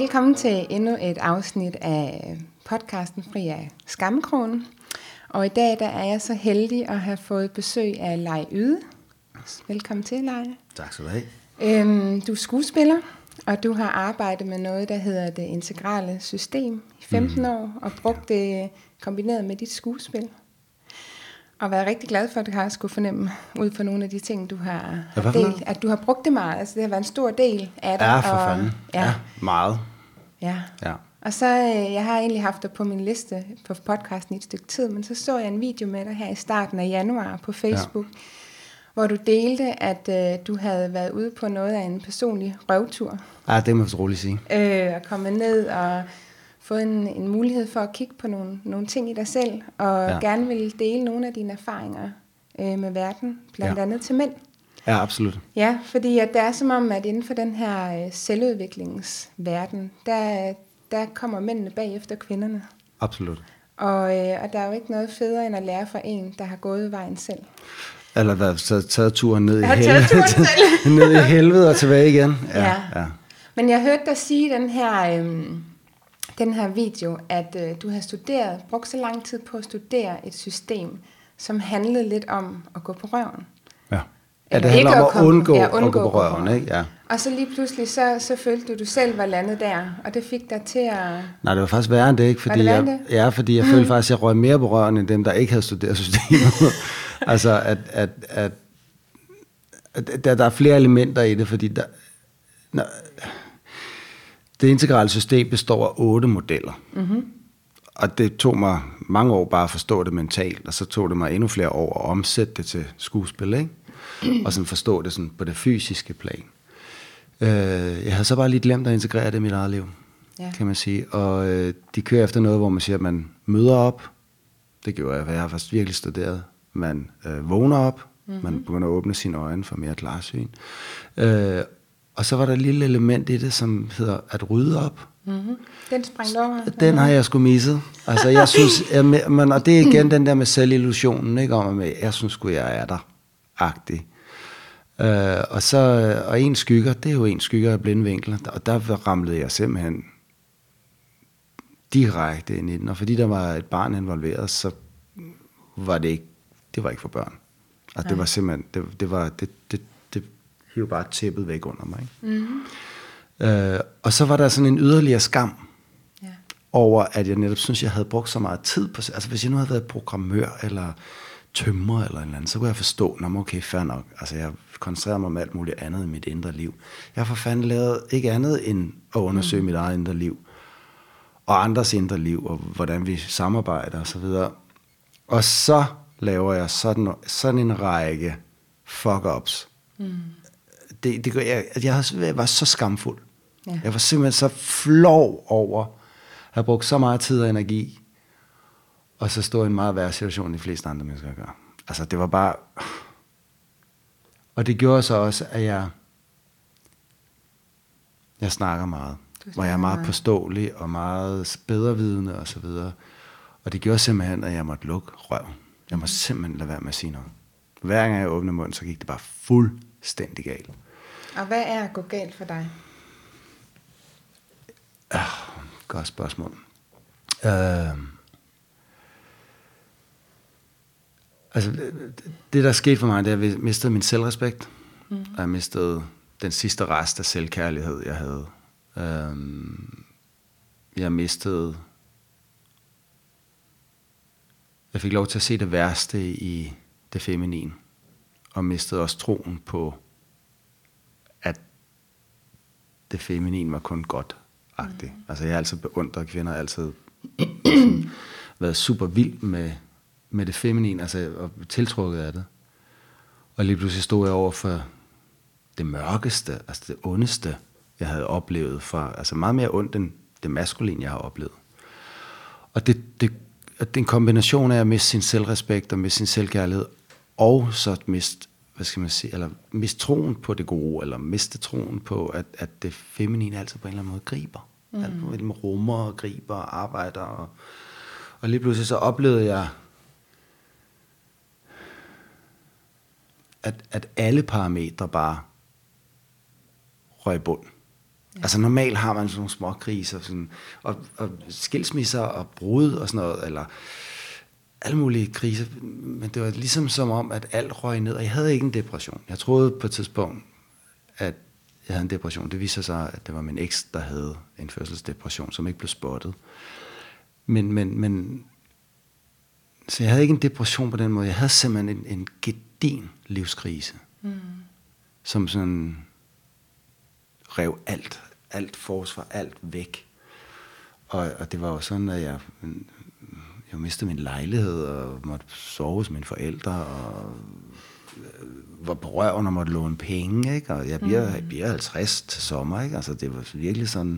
Velkommen til endnu et afsnit af podcasten Fri af Skammekrogen. Og i dag der er jeg så heldig at have fået besøg af Lei Yde. Velkommen til, Lei. Tak skal du have. Du er skuespiller, og du har arbejdet med noget, der hedder det integrale system i 15 år, og brugt det kombineret med dit skuespil. Og været rigtig glad for, at du har skulle fornemme ud fra nogle af de ting, du har delt, at du har brugt det meget. Altså det har været en stor del af det. Ja, for fanden. Ja, meget. Ja. Og så, jeg har egentlig haft dig på min liste på podcasten i et stykke tid, men så jeg en video med dig her i starten af januar på Facebook, hvor du delte, at du havde været ude på noget af en personlig røvtur. Ja, det må jeg roligt sige. Og kommet ned og fået en mulighed for at kigge på nogle ting i dig selv, og gerne ville dele nogle af dine erfaringer med verden, blandt andet til mænd. Ja, absolut. Ja, fordi at det er som om, at inden for den her selvudviklingsverden, der kommer mændene bagefter kvinderne. Absolut. Og der er jo ikke noget federe, end at lære fra en, der har gået vejen selv. Eller taget turen ned i helvede. Ned i helvede og tilbage igen. Ja. Men jeg hørte dig sige den her video, at du har brugt så lang tid på at studere et system, som handlede lidt om at gå på røven. Ja, det handler om at undgå at gå på røven, ikke? Ja. Og så lige pludselig, så følte du selv var landet der, og det fik dig til at... Nej, det var faktisk værre end det, ikke? Fordi fordi jeg følte faktisk, at jeg røg mere på røven, end dem, der ikke havde studeret systemet. Altså, at der er flere elementer i det, fordi det integrale system består af 8 modeller. Mm-hmm. Og det tog mig mange år bare at forstå det mentalt, og så tog det mig endnu flere år at omsætte det til skuespil, ikke? Og sådan forstå det sådan på det fysiske plan. Jeg havde så bare lige glemt at integrere det i mit eget liv, kan man sige. Og de kører efter noget, hvor man siger, at man møder op. Det gjorde jeg, for jeg har faktisk virkelig studeret. Man vågner op, man begynder at åbne sine øjne for mere klarsyn. Og så var der et lille element i det, som hedder at rydde op. Mm-hmm. Den sprang over. Den har jeg sgu misset. Altså jeg synes, og det er igen den der med selvillusionen, ikke om at jeg synes sgu, jeg er der. Agtig. Og en skygger, det er jo en skygger af blindvinkler, og der ramlede jeg simpelthen direkte ind i den, og fordi der var et barn involveret, så var det var ikke for børn. Altså det var simpelthen, det hiv bare tæppet væk under mig. Ikke? Mm-hmm. Og så var der sådan en yderligere skam over, at jeg netop synes, jeg havde brugt så meget tid på, altså hvis jeg nu havde været programmør, eller tømrer eller en eller anden, så kunne jeg forstå, okay, fair nok. Altså jeg koncentrerer mig om alt muligt andet i mit indre liv. Jeg har for fanden lavet ikke andet end at undersøge mit eget indre liv, og andres indre liv, og hvordan vi samarbejder og så videre. Og så laver jeg sådan en række fuck-ups. Jeg var så skamfuld. Ja. Jeg var simpelthen så flov over at have brugt så meget tid og energi, og så stod i en meget værre situation, end de fleste andre mennesker gør. Altså, det var bare... Og det gjorde så også, at jeg snakker meget. Hvor jeg er meget påståelig, og meget bedrevidende, og så videre. Og det gjorde simpelthen, at jeg måtte lukke røven. Jeg måtte simpelthen lade være med at sige noget. Hver gang jeg åbnede munden, så gik det bare fuldstændig galt. Og hvad er at gå galt for dig? Godt spørgsmål. Altså, det der skete for mig, det er, at jeg mistede min selvrespekt, og jeg mistede den sidste rest af selvkærlighed, jeg havde. Jeg fik lov til at se det værste i det feminine, og mistede også troen på, at det feminine var kun godt-agtigt. Altså, jeg har altid beundret kvinder, jeg har altid været super vild med det feminine, altså og tiltrukket af det. Og lige pludselig stod jeg over for det mørkeste, altså det ondeste, jeg havde oplevet fra, altså meget mere ondt end det maskuline, jeg har oplevet. Og det er en kombination af at miste sin selvrespekt og miste sin selvkærlighed, og så miste troen på det gode, eller miste troen på, at det feminine altid på en eller anden måde griber. Alt muligt rummer og griber og arbejder. Og lige pludselig så oplevede jeg, at alle parametre bare røg i bund. Ja. Altså normalt har man sådan nogle små kriser, sådan, og skilsmisser og brud og sådan noget, eller alle mulige kriser, men det var ligesom som om, at alt røg ned, og jeg havde ikke en depression. Jeg troede på et tidspunkt, at jeg havde en depression. Det viser sig, at det var min eks, der havde en fødselsdepression, som ikke blev spottet. Men så jeg havde ikke en depression på den måde. Jeg havde simpelthen en gedigen livskrise, som sådan rev alt forsvar, alt væk. Og det var jo sådan, at jeg mistede min lejlighed, og måtte sove hos mine forældre, og var på røven og måtte låne penge, ikke? Og jeg bliver 50 til sommer, ikke? Altså det var virkelig sådan...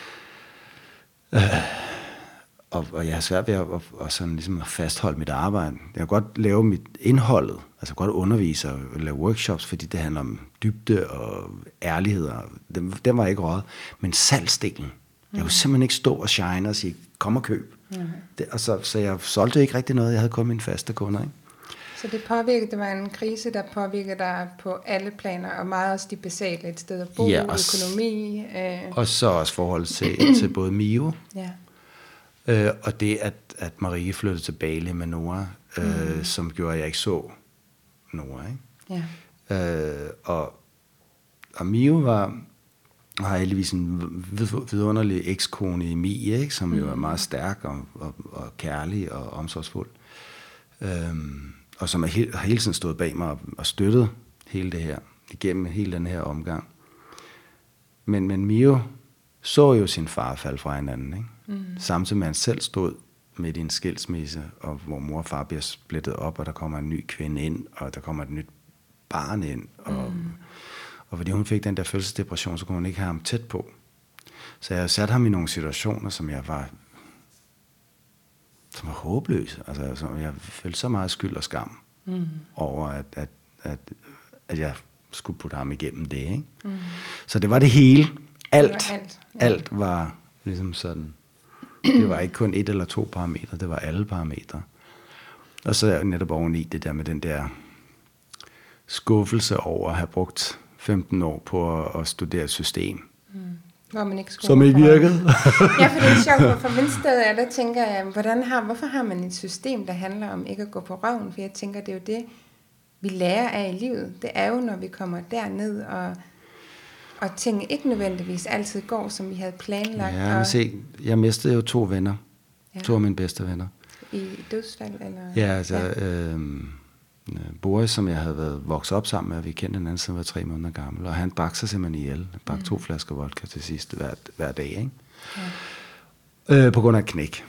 Og jeg har svært ved at sådan ligesom at fastholde mit arbejde. Jeg kan godt lave mit indholdet, altså godt undervise og lave workshops, fordi det handler om dybde og ærlighed. Den var ikke røget. Men salgsdelen, jeg kunne simpelthen ikke stå og shine og sige, kom og køb. Så jeg solgte ikke rigtig noget. Jeg havde kun mine faste kunder, ikke? Så det var en krise, der påvirkede dig på alle planer, og meget også de basale, et sted at bo, økonomi. Og så også forhold til både Mio, og det, at Marie flyttede til Bali med Nora, som gjorde, at jeg ikke så Nora. Ikke? Ja. Og Mio har heldigvis en vidunderlig ekskone i Mie, ikke? Som jo er meget stærk og kærlig og omsorgsfuld. Og som har hele tiden stået bag mig og støttet hele det her, igennem hele den her omgang. Men Mio så jo sin far falde fra hinanden, ikke? Samtidig med han selv stod midt i en skilsmisse, og hvor mor og far bliver splittet op, og der kommer en ny kvinde ind, og der kommer et nyt barn ind, og fordi hun fik den der fødselsdepression, så kunne hun ikke have ham tæt på. Så jeg satte ham i nogle situationer, som var håbløse. Altså, jeg følte så meget skyld og skam over, at jeg skulle putte ham igennem det, ikke? Så det var det hele. Alt var ligesom sådan. Det var ikke kun 1 eller 2 parametre, det var alle parametre. Og så netop oveni det der med den der skuffelse over at have brugt 15 år på at studere et system. Hvor man ikke skulle som ikke virkede. Ja, for det er sjovt, for min sted er, der tænker jeg, hvorfor har man et system, der handler om ikke at gå på røven? For jeg tænker, det er jo det, vi lærer af i livet. Det er jo, når vi kommer derned, og ting ikke nødvendigvis altid går, som vi havde planlagt. Ja, men se, jeg mistede jo 2 venner. Ja. 2 af mine bedste venner. I dødsfald? Eller? Ja, altså... Boris, som jeg havde været vokset op sammen med, og vi kendte hinanden, siden var 3 måneder gammel, og han drak sig simpelthen ihjel. Han drak 2 flasker vodka til sidst hver dag, ikke? Ja. På grund af et knæk.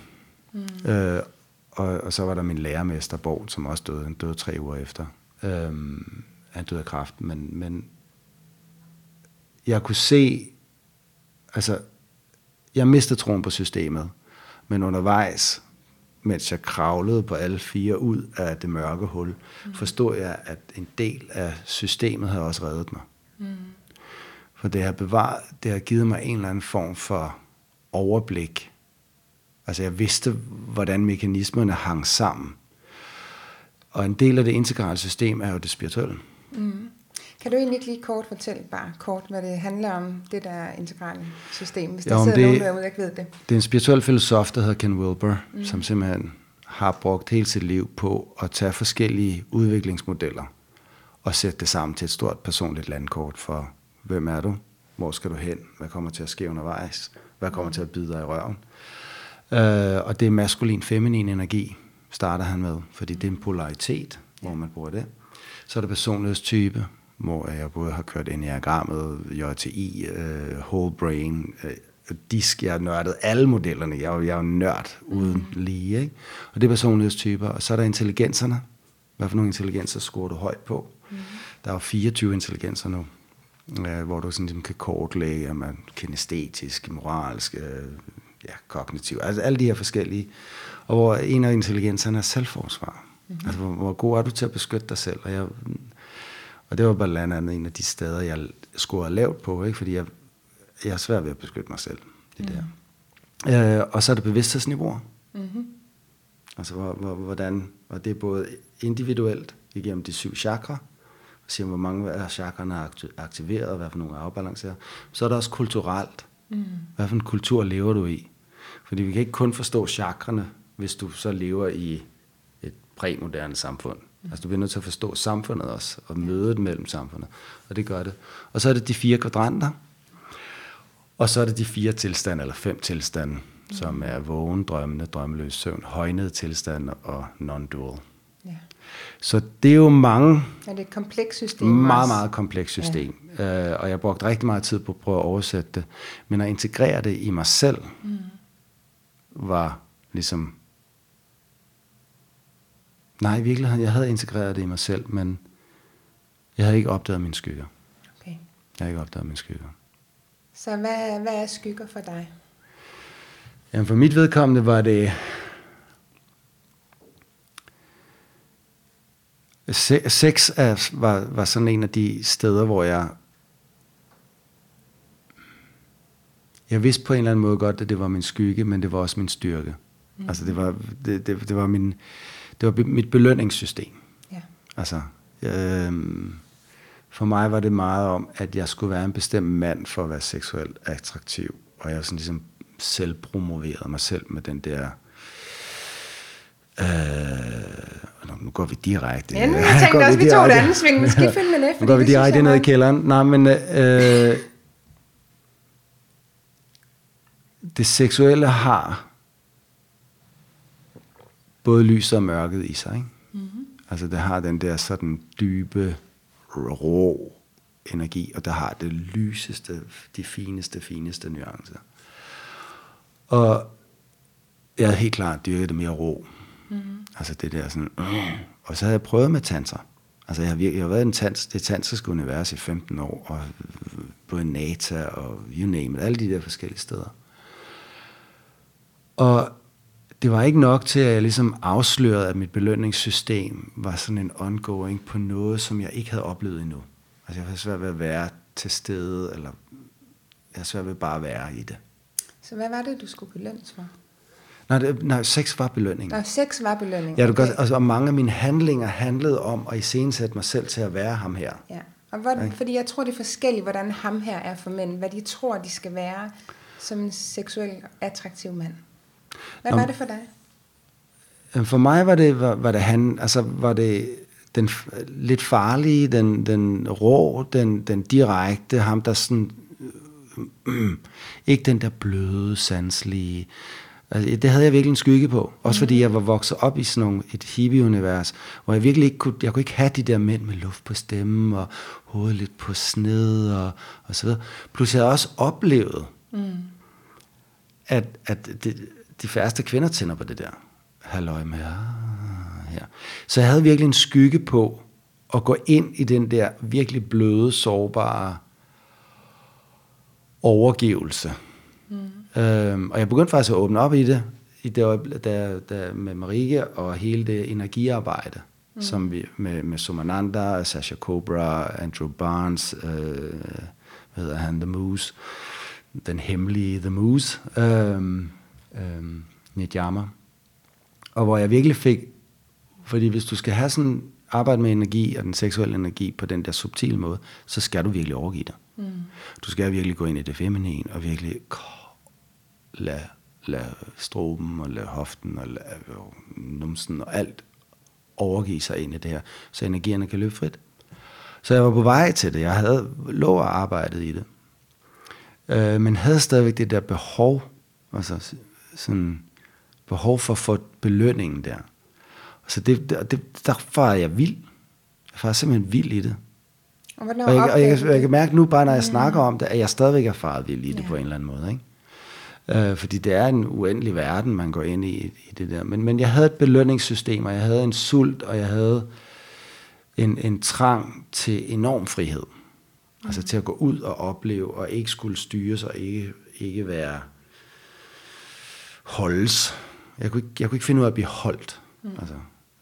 Og så var der min lærermester, Borg, som også døde. Han døde 3 uger efter. Han døde af kræft, men jeg kunne se, altså, jeg mistede troen på systemet, men undervejs, mens jeg kravlede på alle 4 ud af det mørke hul, forstod jeg, at en del af systemet havde også reddet mig. For det har givet mig en eller anden form for overblik. Altså jeg vidste, hvordan mekanismerne hang sammen. Og en del af det integrale system er jo det spirituelle. Kan du egentlig ikke lige fortælle hvad det handler om, det der integrale system, hvis der sidder nogen derude, der ikke ved det? Det er en spirituel filosof, der hedder Ken Wilber, som simpelthen har brugt hele sit liv på at tage forskellige udviklingsmodeller og sætte det sammen til et stort personligt landkort for, hvem er du, hvor skal du hen, hvad kommer til at ske undervejs, hvad kommer til at bide dig i røven. Og det er maskulin-feminin energi, starter han med, fordi det er en polaritet, hvor man bruger det. Så er der personlighedstype, hvor jeg både har kørt enneagrammet, JTI, whole brain, disk, jeg har nørdet alle modellerne, jeg er jo nørd uden lige, ikke? Og det er personlighedstyper, og så er der intelligenserne. Hvad for nogle intelligenser scorer du højt på? Der er jo 24 intelligenser nu, hvor du sådan ligesom kan kortlægge, om man kinestetisk, moralsk, kognitiv, altså alle de her forskellige, og hvor en af intelligenserne er selvforsvar. Altså hvor god er du til at beskytte dig selv? Og det var blandt andet en af de steder, jeg scorede lavt på, ikke? Fordi jeg er svært ved at beskytte mig selv. Det der. Og så er det bevidsthedsniveauer. Altså hvordan, og det er både individuelt igennem de 7 chakra, siger, hvor mange af chakrene er aktiveret, og hvad for nogle er afbalanceret. Så er der også kulturelt. Hvad for en kultur lever du i? Fordi vi kan ikke kun forstå chakrene, hvis du så lever i et præmoderne samfund. Altså du bliver nødt til at forstå samfundet også, og mødet mellem samfundet. Og det gør det. Og så er det de 4 kvadranter, og så er det de 4 tilstande, eller 5 tilstande, som er vågen, drømmende, drømmeløs søvn, højnede tilstande og non-dual. Ja. Så det er jo mange... Ja, det er et komplekst system. Meget, meget komplekst system. Ja. Og jeg brugte rigtig meget tid på at prøve at oversætte det. Men at integrere det i mig selv, var ligesom... Nej, i virkeligheden, jeg havde integreret det i mig selv, men jeg havde ikke opdaget mine skygger. Okay. Jeg havde ikke opdaget mine skygger. Så hvad er skygger for dig? Jamen for mit vedkommende var det... Sex var sådan en af de steder, hvor jeg vidste på en eller anden måde godt, at det var min skygge, men det var også min styrke. Altså det var mit belønningssystem. Ja. Altså for mig var det meget om, at jeg skulle være en bestemt mand for at være seksuelt attraktiv, og jeg sådan ligesom selvpromoverede mig selv med den der. Nu går vi direkte. Ja, jeg tænkte også, vi tog et andet sving, men skidt følge med det. Nu går vi direkte ned i kælderen. Nej, men det seksuelle har både lys og mørket i sig, ikke? Mm-hmm. Altså det har den der sådan dybe, rå energi, og der har det lyseste, de fineste nuancer. Og jeg havde helt klart dyrket det mere rå. Mm-hmm. Altså det der sådan, og så havde jeg prøvet med tantra. Altså jeg har været i det tantriske univers i 15 år, og både Nata og you name it, alle de der forskellige steder. Og det var ikke nok til, at jeg ligesom afslørede, at mit belønningssystem var sådan en ongoing på noget, som jeg ikke havde oplevet endnu. Altså jeg havde svært ved at være til stede, eller jeg havde svært ved bare at være i det. Så hvad var det, du skulle belønnes for? Nej, sex var belønning. Nå, sex var belønning. Ja, okay. Altså, og mange af mine handlinger handlede om at iscenesætte mig selv til at være ham her. Ja, og fordi jeg tror, det er forskelligt, hvordan ham her er for mænd. Hvad de tror, de skal være som en seksuelt attraktiv mand. Hvad var det for dig? For mig var det den lidt farlige, den rå, den direkte, ham der sådan, ikke den der bløde, sanselige. Altså, det havde jeg virkelig en skygge på. Også fordi jeg var vokset op i sådan et hippie-univers, hvor jeg virkelig ikke kunne have de der mænd med luft på stemmen, og hovedet lidt på sned, og så videre. Plus jeg havde også oplevet, at de færreste kvinder tænder på det der. Halløj med her. Så jeg havde virkelig en skygge på at gå ind i den der virkelig bløde, sårbare overgivelse. Og jeg begyndte faktisk at åbne op i det, der med Marike og hele det energiarbejde, som vi med Somananda, Sasha Cobra, Andrew Barnes, hvad hedder han, The Moose, den hemmelige The Moose, Nidjama. Og hvor jeg virkelig fik, fordi hvis du skal have sådan arbejde med energi og den seksuelle energi på den der subtile måde, så skal du virkelig overgive dig. Du skal virkelig gå ind i det feminine og virkelig lad stroben og lad hoften og lad numsen og alt overgive sig ind i det her, så energierne kan løbe frit. Så jeg var på vej til det. Jeg havde lov at arbejde i det. Men havde stadigvæk det der behov, altså sådan behov for at få belønningen der. Så derfor er jeg vild. Jeg er simpelthen vild i det. Og jeg kan mærke nu, bare når jeg snakker om det, at jeg stadigvæk er faret vild i det på en eller anden måde, ikke? Fordi det er en uendelig verden, man går ind i det der. Men jeg havde et belønningssystem, og jeg havde en sult, og jeg havde en trang til enorm frihed. Altså til at gå ud og opleve, og ikke skulle styres, og ikke være holdes. Jeg kunne ikke finde ud af at blive holdt. Altså,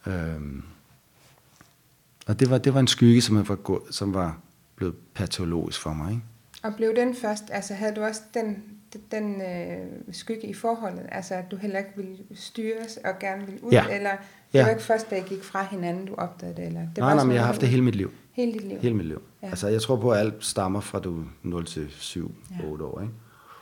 og det var en skygge, som var blevet patologisk for mig, ikke? Og blev den først, altså havde du også den skygge i forholdet? Altså, at du heller ikke ville styres og gerne ville ud? Ja. Eller det var ikke først, da I gik fra hinanden, du opdagede det? Eller? Det var Nej, men jeg har haft det hele mit liv. Hele dit liv? Hele mit liv. Ja. Altså, jeg tror på, at alt stammer fra du 0 til 7-8 år, ikke?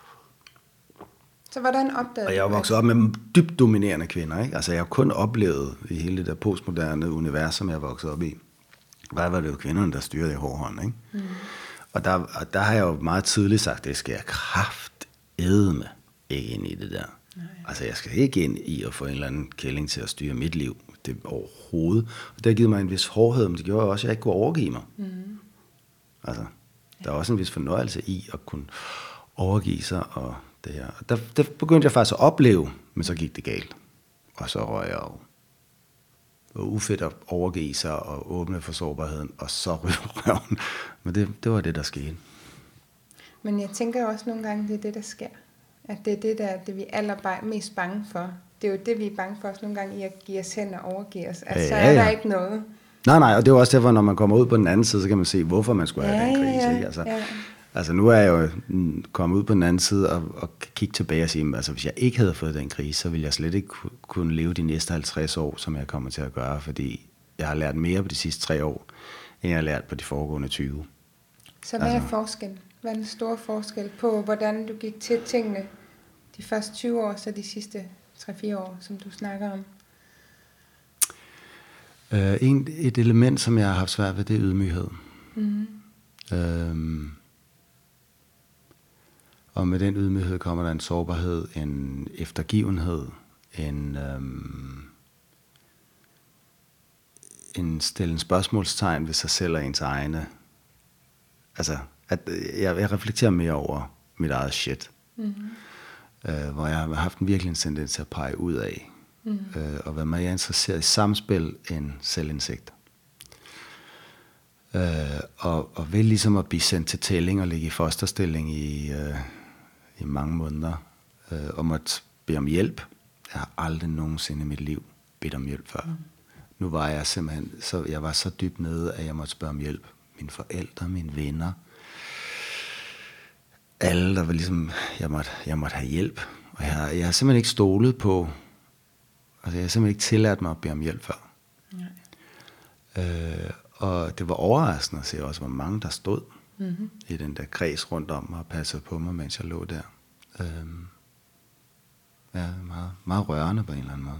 Så hvordan opdagede du? Og jeg er vokset op med dybt dominerende kvinder, ikke? Altså, jeg har kun oplevet i hele det der postmoderne univers, som jeg er vokset op i, var det jo kvinderne, der styrede i hård hånd, ikke? Mm. Og der har jeg jo meget tydeligt sagt, det skal jeg kraftedme ikke ind i det der. Nej. Altså, jeg skal ikke ind i at få en eller anden kælling til at styre mit liv. Det overhovedet. Og det har givet mig en vis hårdhed, men det gjorde også, at jeg ikke kunne overgive mig. Mm. Altså, der er også en vis fornøjelse i at kunne overgive sig og det her. Og der begyndte jeg faktisk at opleve, men så gik det galt. Og så røg jeg over. Det var ufedt at overgive sig og åbne for sårbarheden, og så røven. Men det var det, der skete. Men jeg tænker også nogle gange, det er det, der sker. At det er det, der det vi er allermest bange for. Det er jo det, vi er bange for også nogle gange, i at give os hen og overgive os. Altså, så er der ikke noget. Nej, og det er også derfor, når man kommer ud på den anden side, så kan man se, hvorfor man skulle have den krise. Ikke? Altså, nu er jeg jo kommet ud på den anden side og kigge tilbage og sige, altså, hvis jeg ikke havde fået den krise, så ville jeg slet ikke kunne leve de næste 50 år, som jeg kommer til at gøre, fordi jeg har lært mere på de sidste 3 år, end jeg har lært på de foregående 20. Så hvad er forskellen? Hvad er den store forskel på, hvordan du gik til tingene de første 20 år, så de sidste 3-4 år, som du snakker om? Et element, som jeg har haft svært ved, det er ydmyghed. Mm-hmm. Og med den ydmyghed kommer der en sårbarhed, en eftergivenhed, en stille spørgsmålstegn ved sig selv og ens egne. Altså, at jeg reflekterer mere over mit eget shit. Mm-hmm. Hvor jeg har haft virkelig en tendens til at pege ud af. Mm-hmm. Og være mere interesseret i samspil end selvindsigt. Og vil ligesom at blive sendt til tælling og ligge i fosterstilling i mange måneder. Og måtte bede om hjælp. Jeg har aldrig nogensinde i mit liv bedt om hjælp før. Mm. Nu var jeg simpelthen, jeg var så dybt nede, at jeg måtte spørge om hjælp. Mine forældre, mine venner. Alle, der var ligesom, jeg måtte have hjælp. Og jeg har simpelthen ikke stolet på, altså jeg har simpelthen ikke tilladt mig at bede om hjælp før. Nej. Og det var overraskende at se også, hvor mange der stod i den der kreds rundt om mig og passede på mig, mens jeg lå der. Ja, meget, meget rørende på en eller anden måde.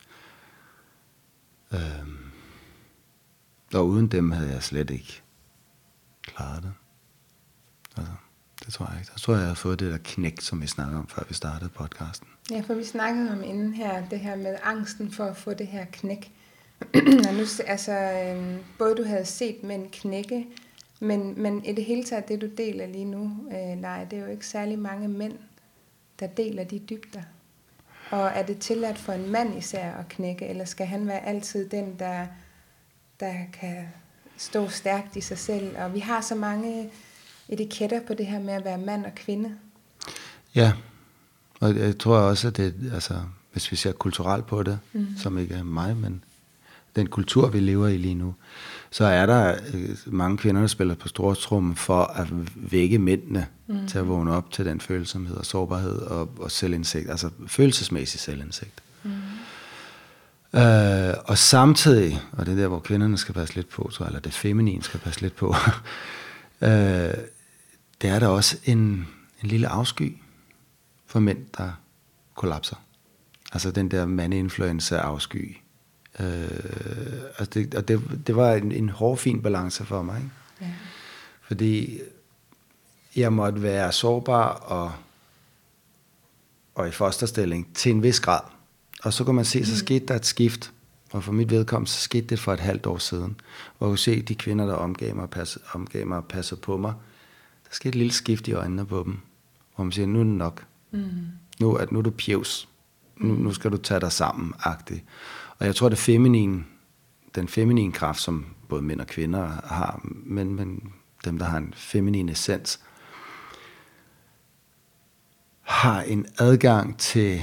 Og uden dem havde jeg slet ikke klaret det. Altså, det tror jeg ikke. Jeg tror, jeg havde fået det der knæk, som vi snakkede om, før vi startede podcasten. Ja, for vi snakkede om inden her, det her med angsten for at få det her knæk. Og nu, altså, både du havde set mænd knække, men i det hele taget, det du deler lige nu, Leila, det er jo ikke særlig mange mænd, der deler de dybder. Og er det tilladt for en mand især at knække, eller skal han være altid den, der kan stå stærkt i sig selv? Og vi har så mange etiketter på det her med at være mand og kvinde. Ja, og jeg tror også, at det, altså, hvis vi ser kulturelt på det, som ikke er mig, men den kultur, vi lever i lige nu, så er der mange kvinder, der spiller på stortrummen for at vække mændene til at vågne op til den følsomhed og sårbarhed og selvindsigt, altså følelsesmæssig selvindsigt. Og samtidig, og det er der, hvor kvinderne skal passe lidt på, eller det feminine skal passe lidt på, det er der også en lille afsky for mænd, der kollapser. Altså den der mandeinfluencer-afsky. Det var en hårfin balance for mig, ikke? Ja. Fordi jeg måtte være sårbar og i fosterstilling til en vis grad. Og så kan man se, så skete der et skift. Og for mit vedkommende, så skete det for et halvt år siden. Hvor jeg kunne se de kvinder, der omgav mig og passede på mig. Der skete et lille skift i øjnene på dem. Hvor man siger, nu er det nok. Nu er du pjevs. Nu skal du tage dig sammen, agtigt. Og jeg tror, den feminine kraft, som både mænd og kvinder har, men dem, der har en feminin essens, har en adgang til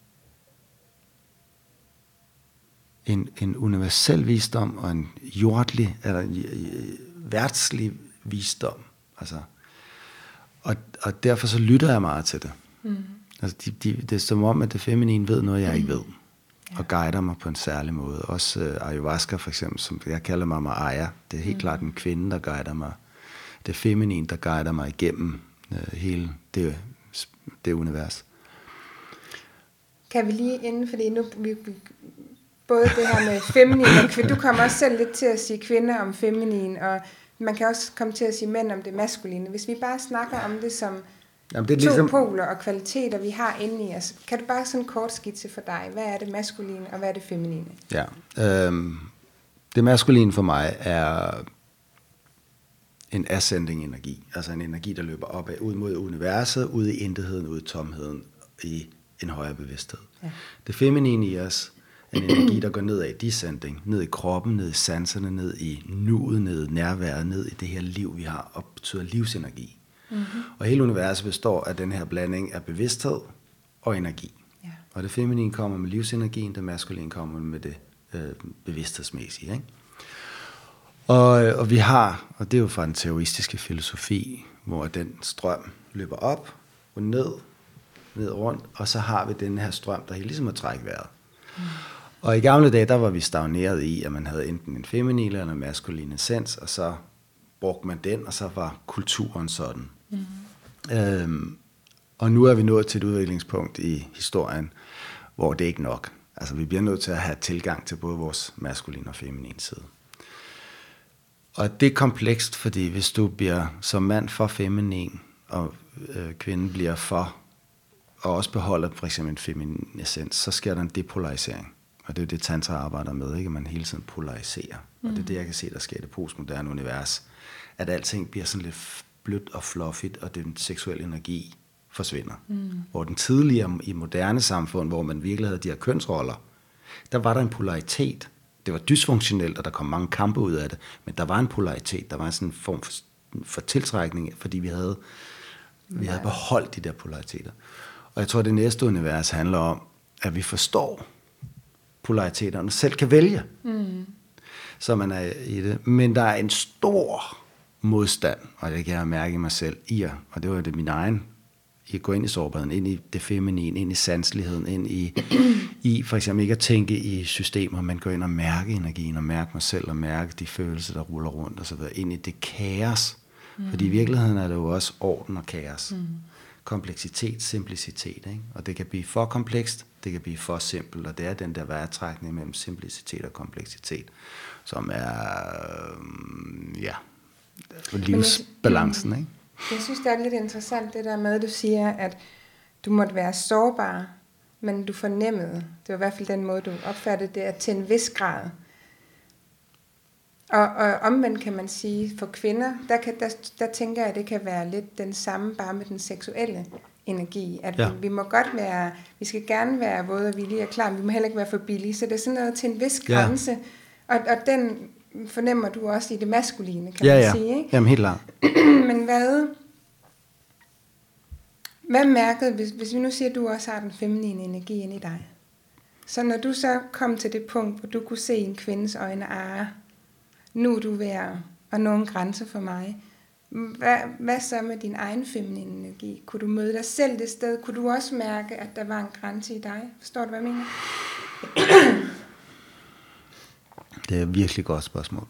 en universel visdom og en jordlig, eller en værtslig visdom. Altså, og derfor så lytter jeg meget til det. Altså det er som om, at det feminine ved noget, jeg ikke ved. Og guider mig på en særlig måde. Også ayahuasca for eksempel, som jeg kalder mig Aya. Det er helt klart en kvinde, der guider mig. Det feminine, der guider mig igennem hele det univers. Kan vi lige inden, fordi nu både det her med feminin og kvinde, du kommer også selv lidt til at sige kvinder om feminin, og man kan også komme til at sige mænd om det maskuline. Hvis vi bare snakker om det som det er ligesom poler og kvaliteter, vi har inde i os, kan du bare sådan kort skitse for dig, hvad er det maskuline, og hvad er det feminine? Ja, det maskuline for mig er en ascending energi, altså en energi, der løber opad, ud mod universet, ud i intetheden, ud i tomheden, i en højere bevidsthed. Ja. Det feminine i os er en energi, der går nedad, descending, ned i kroppen, ned i sanserne, ned i nuet, ned i nærværet, ned i det her liv, vi har, og betyder livsenergi. Mm-hmm. Og hele universet består af den her blanding af bevidsthed og energi. Ja. Og det feminine kommer med livsenergien, det maskuline kommer med det bevidsthedsmæssige. Ikke? Og vi har, og det er jo fra den taoistiske filosofi, hvor den strøm løber op og ned rundt, og så har vi den her strøm, der er ligesom at trække vejret. Mm. Og i gamle dage, der var vi stagneret i, at man havde enten en feminin eller en maskulin essens, og så brugte man den, og så var kulturen sådan. Mm. Og nu er vi nået til et udviklingspunkt i historien, hvor det ikke er nok. Altså vi bliver nødt til at have tilgang til både vores maskulin og feminin side. Og det er komplekst, fordi hvis du bliver som mand for feminin, og kvinden bliver for, og også beholder for eksempel en feminin essens, så sker der en depolarisering. Og det er jo det, tantra arbejder med, ikke? At man hele tiden polariserer. Og det er det, jeg kan se, der sker i det postmoderne univers. At alting bliver sådan lidt blødt og fluffigt, og den seksuelle energi forsvinder. Hvor den tidligere i moderne samfund, hvor man virkelig havde de her kønsroller, der var der en polaritet. Det var dysfunktionelt, og der kom mange kampe ud af det, men der var en polaritet, der var sådan en form for tiltrækning, fordi vi havde beholdt de der polariteter. Og jeg tror, at det næste univers handler om, at vi forstår polariteterne, selv kan vælge, så man er i det. Men der er en stor modstand, og det kan jeg mærke i mig selv, og det var det min egen, i at gå ind i sårbarheden, ind i det feminine, ind i sanseligheden, ind i for eksempel ikke at tænke i systemer, men gå ind og mærke energien, og mærke mig selv, og mærke de følelser, der ruller rundt, og så videre, ind i det kaos. Fordi i virkeligheden er det jo også orden og kaos. Kompleksitet, simplicitet, ikke? Og det kan blive for komplekst, det kan blive for simpelt, og det er den der vejrtrækning mellem simplicitet og kompleksitet, som er livsbalancen, ikke? Jeg synes, det er lidt interessant det der med, at du siger, at du måtte være sårbar, men du fornemmede, det var i hvert fald den måde, du opfattede det, at til en vis grad. Og omvendt kan man sige, for kvinder, der tænker jeg, at det kan være lidt den samme, bare med den seksuelle energi. At vi må godt være, vi skal gerne være våde og villige og klar, men vi må heller ikke være for billige. Så det er sådan noget til en vis grænse. Og den fornemmer du også i det maskuline, kan man sige. Ikke? Jamen helt klart. Men hvad mærkede, hvis vi nu siger, at du også har den feminine energi inde i dig, så når du så kom til det punkt, hvor du kunne se en kvindes øjne, nu er du ved at nå en grænse for mig, hvad så med din egen feminine energi? Kunne du møde dig selv det sted? Kunne du også mærke, at der var en grænse i dig? Forstår du, hvad jeg mener? Det er et virkelig godt spørgsmål.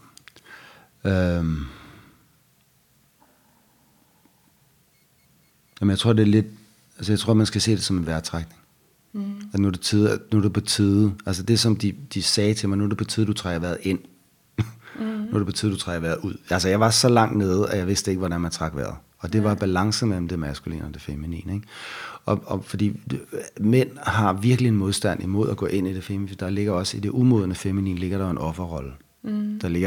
Jamen jeg tror, det er lidt, altså jeg tror, man skal se det som en vejrtrækning. At nu er det på tide, altså det som de sagde til mig, nu er det på tide, du trækker vejret ind. Nu er det på tide, du trækker vejret ud. Altså jeg var så langt nede, at jeg vidste ikke, hvordan man trak vejret. Og det var balance mellem det maskuline og det feminine. Ikke? Og fordi mænd har virkelig en modstand imod at gå ind i det feminine. Der ligger også i det umodne feminine, ligger der en offerrolle. Der ligger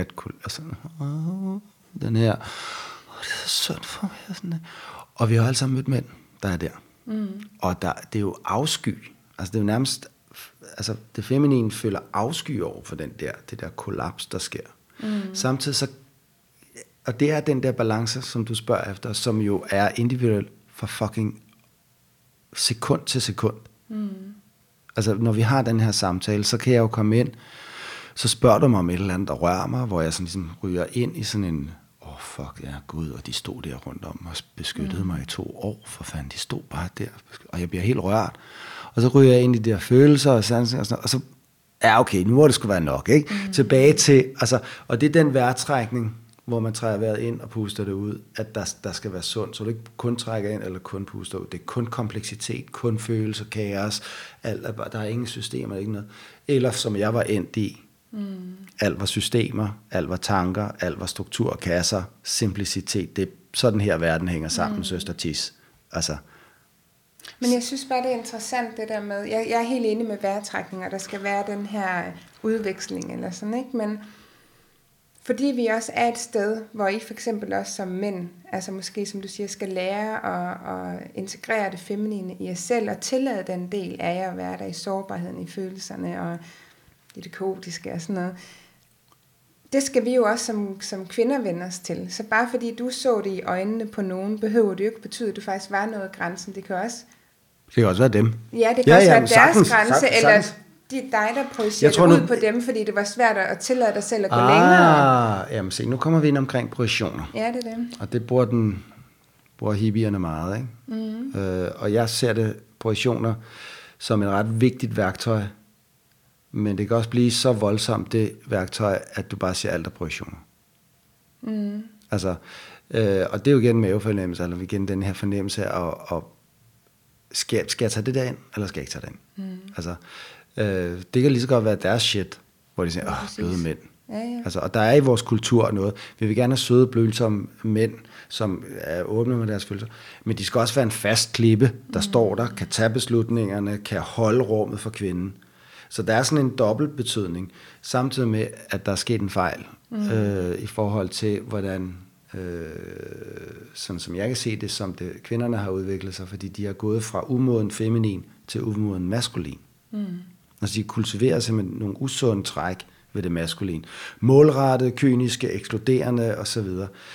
den her, det er så synd for mig. Sådan der. Og vi har alle sammen mødt mænd, der er der. Og det er jo afsky. Altså det er jo nærmest, altså det feminine føler afsky over for det der kollaps, der sker. Samtidig så, og det er den der balance, som du spørger efter, som jo er individuel fra fucking sekund til sekund. Altså når vi har den her samtale, så kan jeg jo komme ind, så spørger du mig om et eller andet, der rører mig, hvor jeg sådan ligesom ryger ind i sådan en, fuck, ja, Gud, og de stod der rundt om og beskyttede mig i 2 år, for fanden, de stod bare der, og jeg bliver helt rørt. Og så ryger jeg ind i de der følelser og sanser og sådan noget, og så, ja, okay, nu må det sgu være nok, ikke? Tilbage til, altså, og det er den vejrtrækning, hvor man trækker vejret ind og puster det ud, at der skal være sundt, så du ikke kun trækker ind eller kun puster ud. Det er kun kompleksitet, kun følelser, kaos, der er ingen systemer, ikke noget. Eller som jeg var endt i, alt var systemer, alt var tanker, alt var struktur, kasser, simplicitet. Det er sådan her verden hænger sammen, søster Tis. Altså. Men jeg synes bare, det er interessant det der med, jeg er helt enig med vejrtrækninger, der skal være den her udveksling eller sådan, ikke? Men fordi vi også er et sted, hvor I for eksempel også som mænd, altså måske som du siger, skal lære at integrere det feminine i jer selv, og tillade den del af jer at være der i sårbarheden, i følelserne og i det kaotiske og sådan noget. Det skal vi jo også som kvinder vende os til. Så bare fordi du så det i øjnene på nogen, behøver det jo ikke betyde, at du faktisk var noget af grænsen. Det kan også være dem. Ja, det kan også være deres grænse, eller det er dig, der projicerer ud på dem, fordi det var svært at tillade dig selv at gå længere. Jamen se, nu kommer vi ind omkring projektioner. Ja, det er det. Og det bruger hippierne meget, ikke? Og jeg ser det projektioner som et ret vigtigt værktøj, men det kan også blive så voldsomt det værktøj, at du bare ser alt af projektioner. Altså, og det er jo igen mavefornemmelse, eller igen den her fornemmelse af, skal jeg tage det der ind, eller skal jeg ikke tage det ind? Altså, det kan lige så godt være deres shit, hvor de siger, bløde mænd. Ja. Altså, og der er i vores kultur noget, vi vil gerne have søde, blødsomme mænd, som er åbne med deres følelser, men de skal også være en fast klippe, der står der, kan tage beslutningerne, kan holde rummet for kvinden. Så der er sådan en dobbelt betydning, samtidig med, at der er sket en fejl, i forhold til, hvordan, sådan som jeg kan se det, som kvinderne har udviklet sig, fordi de har gået fra umoden feminin til umoden maskulin. Altså de kultiverer simpelthen nogle usunde træk ved det maskulin. Målrettede, kyniske, ekskluderende osv.,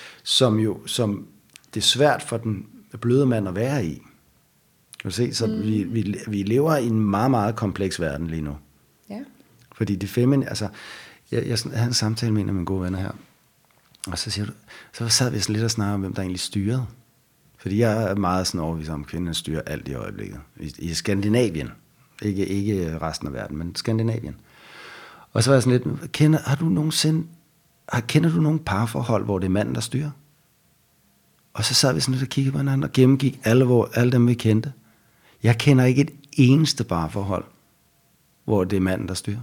som det er svært for den bløde mand at være i. Kan du se? Så vi lever i en meget, meget kompleks verden lige nu. Ja. Fordi det feminine, altså, jeg havde en samtale med en af mine gode venner her, og så siger du, så sad vi sådan lidt og snakkede om, hvem der egentlig styrede. Fordi jeg er meget sådan overbevist om, at kvinderne styrer alt i øjeblikket. I Skandinavien. Ikke resten af verden, men Skandinavien. Og så var jeg sådan lidt, kender du nogen parforhold, hvor det er manden, der styrer? Og så sad vi sådan lidt og kiggede på hinanden og gennemgik alle dem, vi kendte. Jeg kender ikke et eneste parforhold, hvor det er manden, der styrer.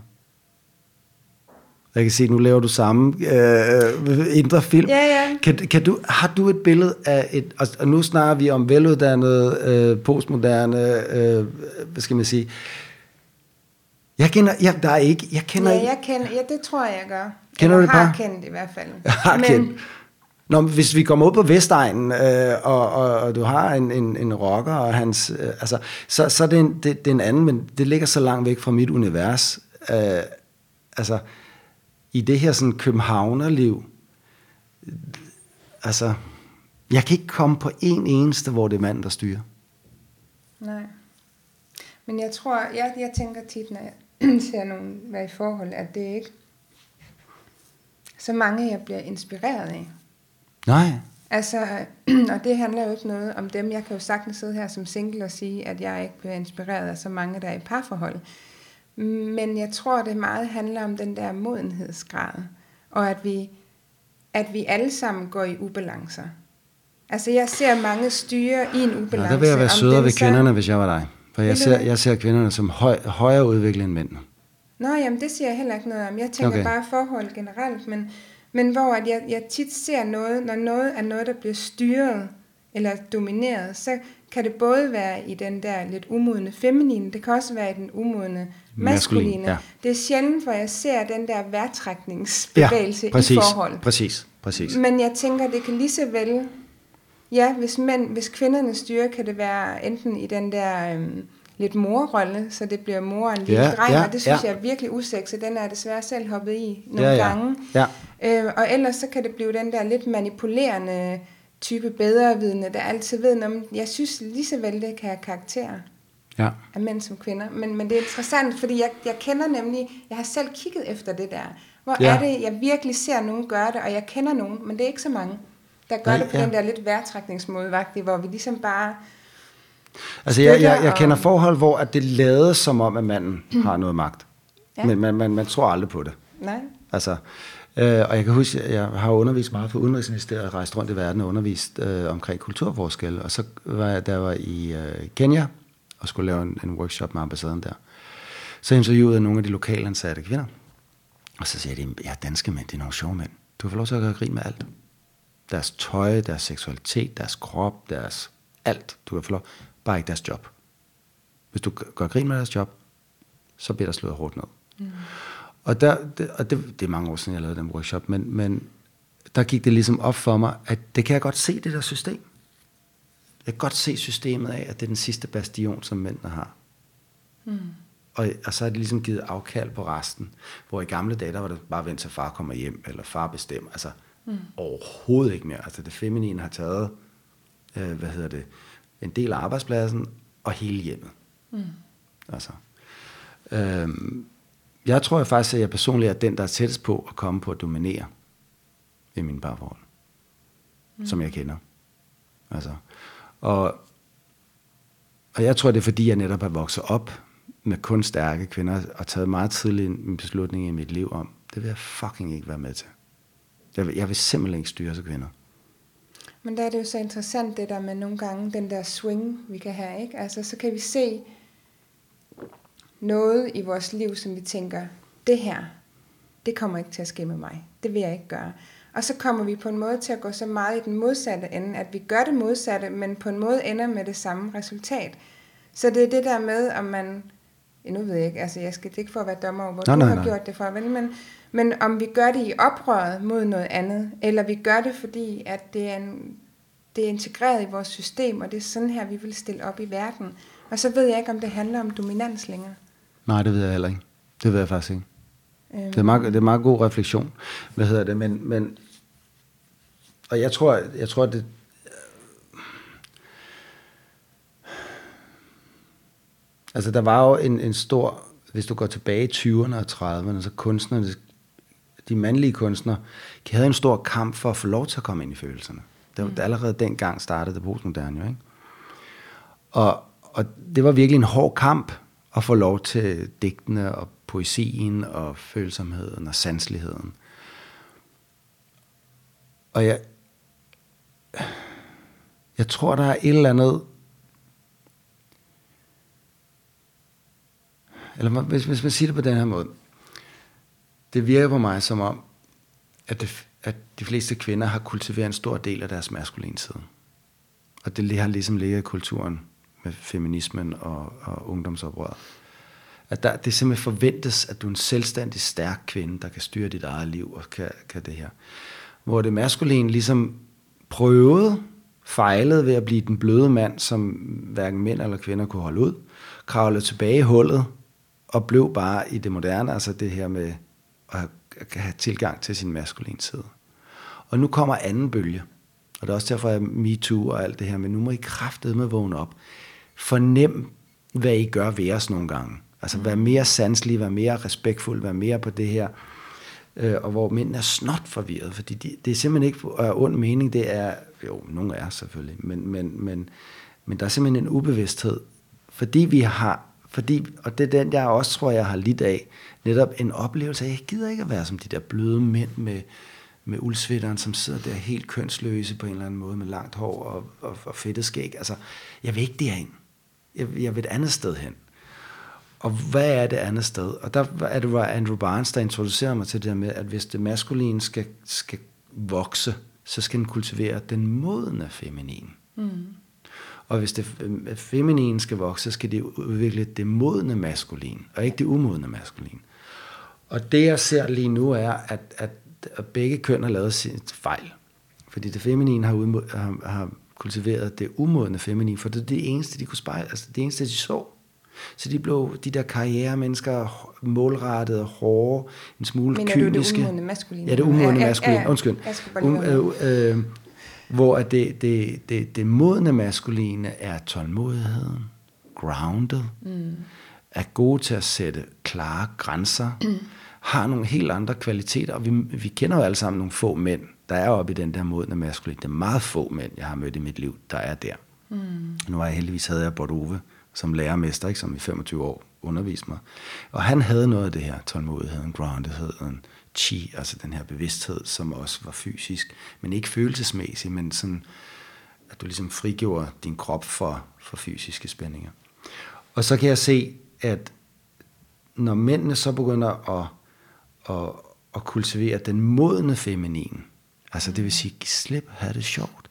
Jeg kan se, nu laver du samme indre film. Ja. Har du et billede af og nu snakker vi om veluddannet, postmoderne, hvad skal man sige? Jeg kender det tror jeg gør. Kender du det par? Jeg har kendt i hvert fald. Nå, hvis vi kommer ud på Vestegnen, og du har en rocker, og hans, så er det en anden, men det ligger så langt væk fra mit univers. Altså, i det her sådan københavnerliv, altså, jeg kan ikke komme på en eneste, hvor det er mand, der styrer. Nej. Men jeg tror, jeg tænker tit, når jeg ser nogen være i forhold, at det ikke så mange, jeg bliver inspireret af. Nej. Altså, og det handler jo ikke noget om dem. Jeg kan jo sagtens sidde her som single og sige, at jeg ikke bliver inspireret af så mange, der er i parforhold. Men jeg tror, det meget handler om den der modenhedsgrad, og at vi alle sammen går i ubalancer. Altså, jeg ser mange styre i en ubalance. Ja, der vil jeg være sødere ved kvinderne, hvis jeg var dig. For jeg ser kvinderne som højere udviklet end mænd. Nå, jamen det siger jeg heller ikke noget om. Jeg tænker bare forhold generelt, men hvor at jeg tit ser noget, når noget er noget, der bliver styret eller domineret, så kan det både være i den der lidt umodne feminine, det kan også være i den umodne maskuline. Ja. Det er sjældent, hvor jeg ser den der vejrtrækningsbevægelse i forhold. Præcis. Men jeg tænker, det kan lige så vel, ja, hvis kvinderne styrer, kan det være enten i den der lidt morrolle, så det bliver mor og en lille dreng, og det synes jeg er virkelig usexet. Den er jeg desværre selv hoppet i nogle gange. Ja. Og ellers så kan det blive den der lidt manipulerende type bedrevidende, der altid ved noget. Jeg synes lige så vel, det kan have karakter af mænd som kvinder. Men det er interessant, fordi jeg kender nemlig, jeg har selv kigget efter det der, Hvor er det, jeg virkelig ser nogen gøre det, og jeg kender nogen, men det er ikke så mange, der gør det på den der lidt vejrtrækningsmåde, hvor vi ligesom bare... Altså jeg kender forhold, hvor at det lades som om, at manden har noget magt. Ja. Men man tror aldrig på det. Nej. Altså, og jeg kan huske, at jeg har undervist meget på Udenrigsministeriet, rejst rundt i verden og undervist omkring kulturforskelle. Og så var jeg, der var i Kenya og skulle lave en workshop med ambassaden der. Så interviewede jeg nogle af de lokale ansatte kvinder. Og så siger de, ja, danske mænd, det er nogle sjove mænd. Du får lov til at gøre grin med alt. Deres tøj, deres seksualitet, deres krop, deres alt. Du kan få lov, bare ikke deres job. Hvis du gør grin med deres job, så bliver der slået hårdt ned. Mm. Og det er mange år siden, jeg lavede den workshop, men der gik det ligesom op for mig, at det kan jeg godt se, det der system. Jeg kan godt se systemet af, at det er den sidste bastion, som mændene har. Mm. Og så er det ligesom givet afkald på resten. Hvor i gamle dage, der var det bare vent til far kommer hjem, eller far bestemmer. Altså overhovedet ikke mere. Altså det feminine har taget, en del af arbejdspladsen, og hele hjemmet. Mm. Altså. Jeg tror faktisk, at jeg personligt er den, der er tættest på at komme på at dominere i mine parforhold. Som jeg kender. Altså. Og jeg tror, det er fordi, jeg netop er vokset op med kun stærke kvinder, og taget meget tidligt en beslutning i mit liv om, det vil jeg fucking ikke være med til. Jeg vil simpelthen ikke styre sig kvinder. Men der er det jo så interessant, det der med nogle gange, den der swing, vi kan have, ikke? Altså, så kan vi se noget i vores liv, som vi tænker, det her, det kommer ikke til at ske med mig. Det vil jeg ikke gøre. Og så kommer vi på en måde til at gå så meget i den modsatte ende, at vi gør det modsatte, men på en måde ender med det samme resultat. Så det er det der med, om man... Nu ved jeg ikke, altså det er ikke for at være dommer over, hvor du har gjort det for, men om vi gør det i oprøret mod noget andet, eller vi gør det, fordi at det er integreret i vores system, og det er sådan her, vi vil stille op i verden. Og så ved jeg ikke, om det handler om dominans længere. Nej, det ved jeg heller ikke. Det ved jeg faktisk ikke. Det er meget god refleksion. Men og jeg tror det... Altså der var jo en stor, hvis du går tilbage i 20'erne og 30'erne, så kunstnerne, de mandlige kunstnere, de havde en stor kamp for at få lov til at komme ind i følelserne. Det allerede dengang startede det postmoderne, jo, ikke? Og det var virkelig en hård kamp at få lov til digtene og poesien og følsomheden og sanseligheden. Og jeg tror, der er et eller andet... Eller hvis man siger det på den her måde, det virker på mig som om, at de fleste kvinder har kultiveret en stor del af deres maskuline side. Og det har ligesom ligget i kulturen med feminismen og ungdomsoprøret. At det simpelthen forventes, at du er en selvstændig, stærk kvinde, der kan styre dit eget liv og kan det her. Hvor det maskuline ligesom fejlede ved at blive den bløde mand, som hverken mænd eller kvinder kunne holde ud, kravlede tilbage i hullet, og blev bare i det moderne, altså det her med at have tilgang til sin maskuline side. Og nu kommer anden bølge, og det er også derfor, at MeToo og alt det her, men nu må I kraftedeme vågne op. Fornem, hvad I gør ved os nogle gange. Altså vær mere sanselige, vær mere respektfuld, vær mere på det her, og hvor mændene er snot forvirret, fordi det er simpelthen ikke ond mening, det er, jo, nogle er selvfølgelig, men der er simpelthen en ubevidsthed, fordi vi har, og det er den, jeg også tror, jeg har lidt af, netop en oplevelse af, jeg gider ikke at være som de der bløde mænd med uldsvitteren, som sidder der helt kønsløse på en eller anden måde, med langt hår og fedtet skæg. Altså, jeg vil ikke derhen. Jeg vil et andet sted hen. Og hvad er det andet sted? Og der er det Andrew Barnes, der introducerer mig til det her med, at hvis det maskuline skal vokse, så skal den kultivere den modne feminin. Mm. Og hvis det feminine skal vokse, så skal det udvikle det modne maskulin, og ikke det umodne maskulin. Og det jeg ser lige nu er, at begge køn har lavet sin fejl. Fordi det feminine har kultiveret det umodne feminin, for det er det eneste, de kunne spejle, altså det eneste, de så. Så de blev de der karrieremennesker, målrettede, hårde, en smule kyniske. Mener du det umodne maskuline? Ja, det umodne maskuline. Undskyld. Hvor det modne maskuline er tålmodigheden, grounded, er gode til at sætte klare grænser, har nogle helt andre kvaliteter, og vi kender jo alle sammen nogle få mænd, der er oppe i den der modne maskulin. Det er meget få mænd, jeg har mødt i mit liv, der er der. Nu har jeg heldigvis havde jeg Bort Ove som lærermester, ikke, som i 25 år underviste mig. Og han havde noget af det her, tålmodigheden, groundedheden, chi, altså den her bevidsthed, som også var fysisk, men ikke følelsesmæssig, men sådan, at du ligesom frigjorde din krop for fysiske spændinger. Og så kan jeg se, at når mændene så begynder at kultivere den modne feminin, altså det vil sige, give slip, have det sjovt,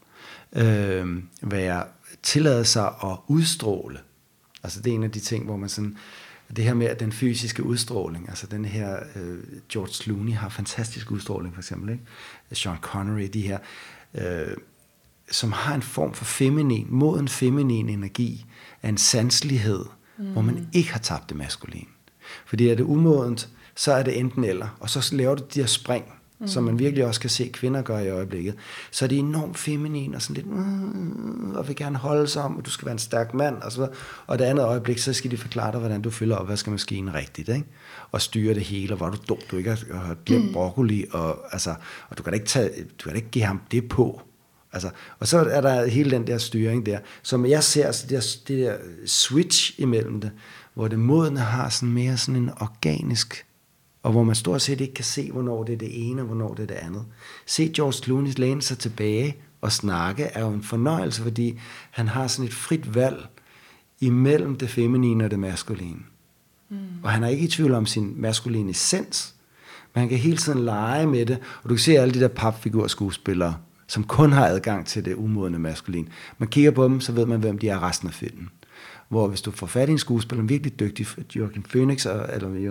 tillade sig at udstråle. Altså det er en af de ting, hvor man sådan, det her med den fysiske udstråling, altså den her, George Clooney har fantastisk udstråling for eksempel, ikke? Sean Connery, de her, som har en form for feminin, moden feminin energi, af en sanselighed, hvor man ikke har tabt det maskuline. Fordi er det umodent, så er det enten eller, og så laver du de her spring, som man virkelig også kan se kvinder gøre i øjeblikket. Så er det enormt feminin og sådan lidt, og vil gerne holde sig om, og du skal være en stærk mand, og så videre. Og det andet øjeblik, så skal de forklare dig, hvordan du fylder op, hvad skal maskinen rigtigt, ikke? Og styre det hele, og hvor du dum, du ikke har glemt broccoli, og du kan da ikke give ham det på. Altså, og så er der hele den der styring der, som jeg ser, altså det der switch imellem det, hvor det modne har sådan mere sådan en organisk, og hvor man stort set ikke kan se, hvornår det er det ene, og hvornår det er det andet. Se George Clooney læne sig tilbage og snakke, er jo en fornøjelse, fordi han har sådan et frit valg imellem det feminine og det maskuline. Og han er ikke i tvivl om sin maskuline essens, men han kan hele tiden lege med det, og du kan se alle de der papfigurskuespillere, som kun har adgang til det umodne maskulin. Man kigger på dem, så ved man, hvem de er resten af filmen. Hvor hvis du får fat i en skuespiller, en virkelig dygtig, Joaquin Phoenix og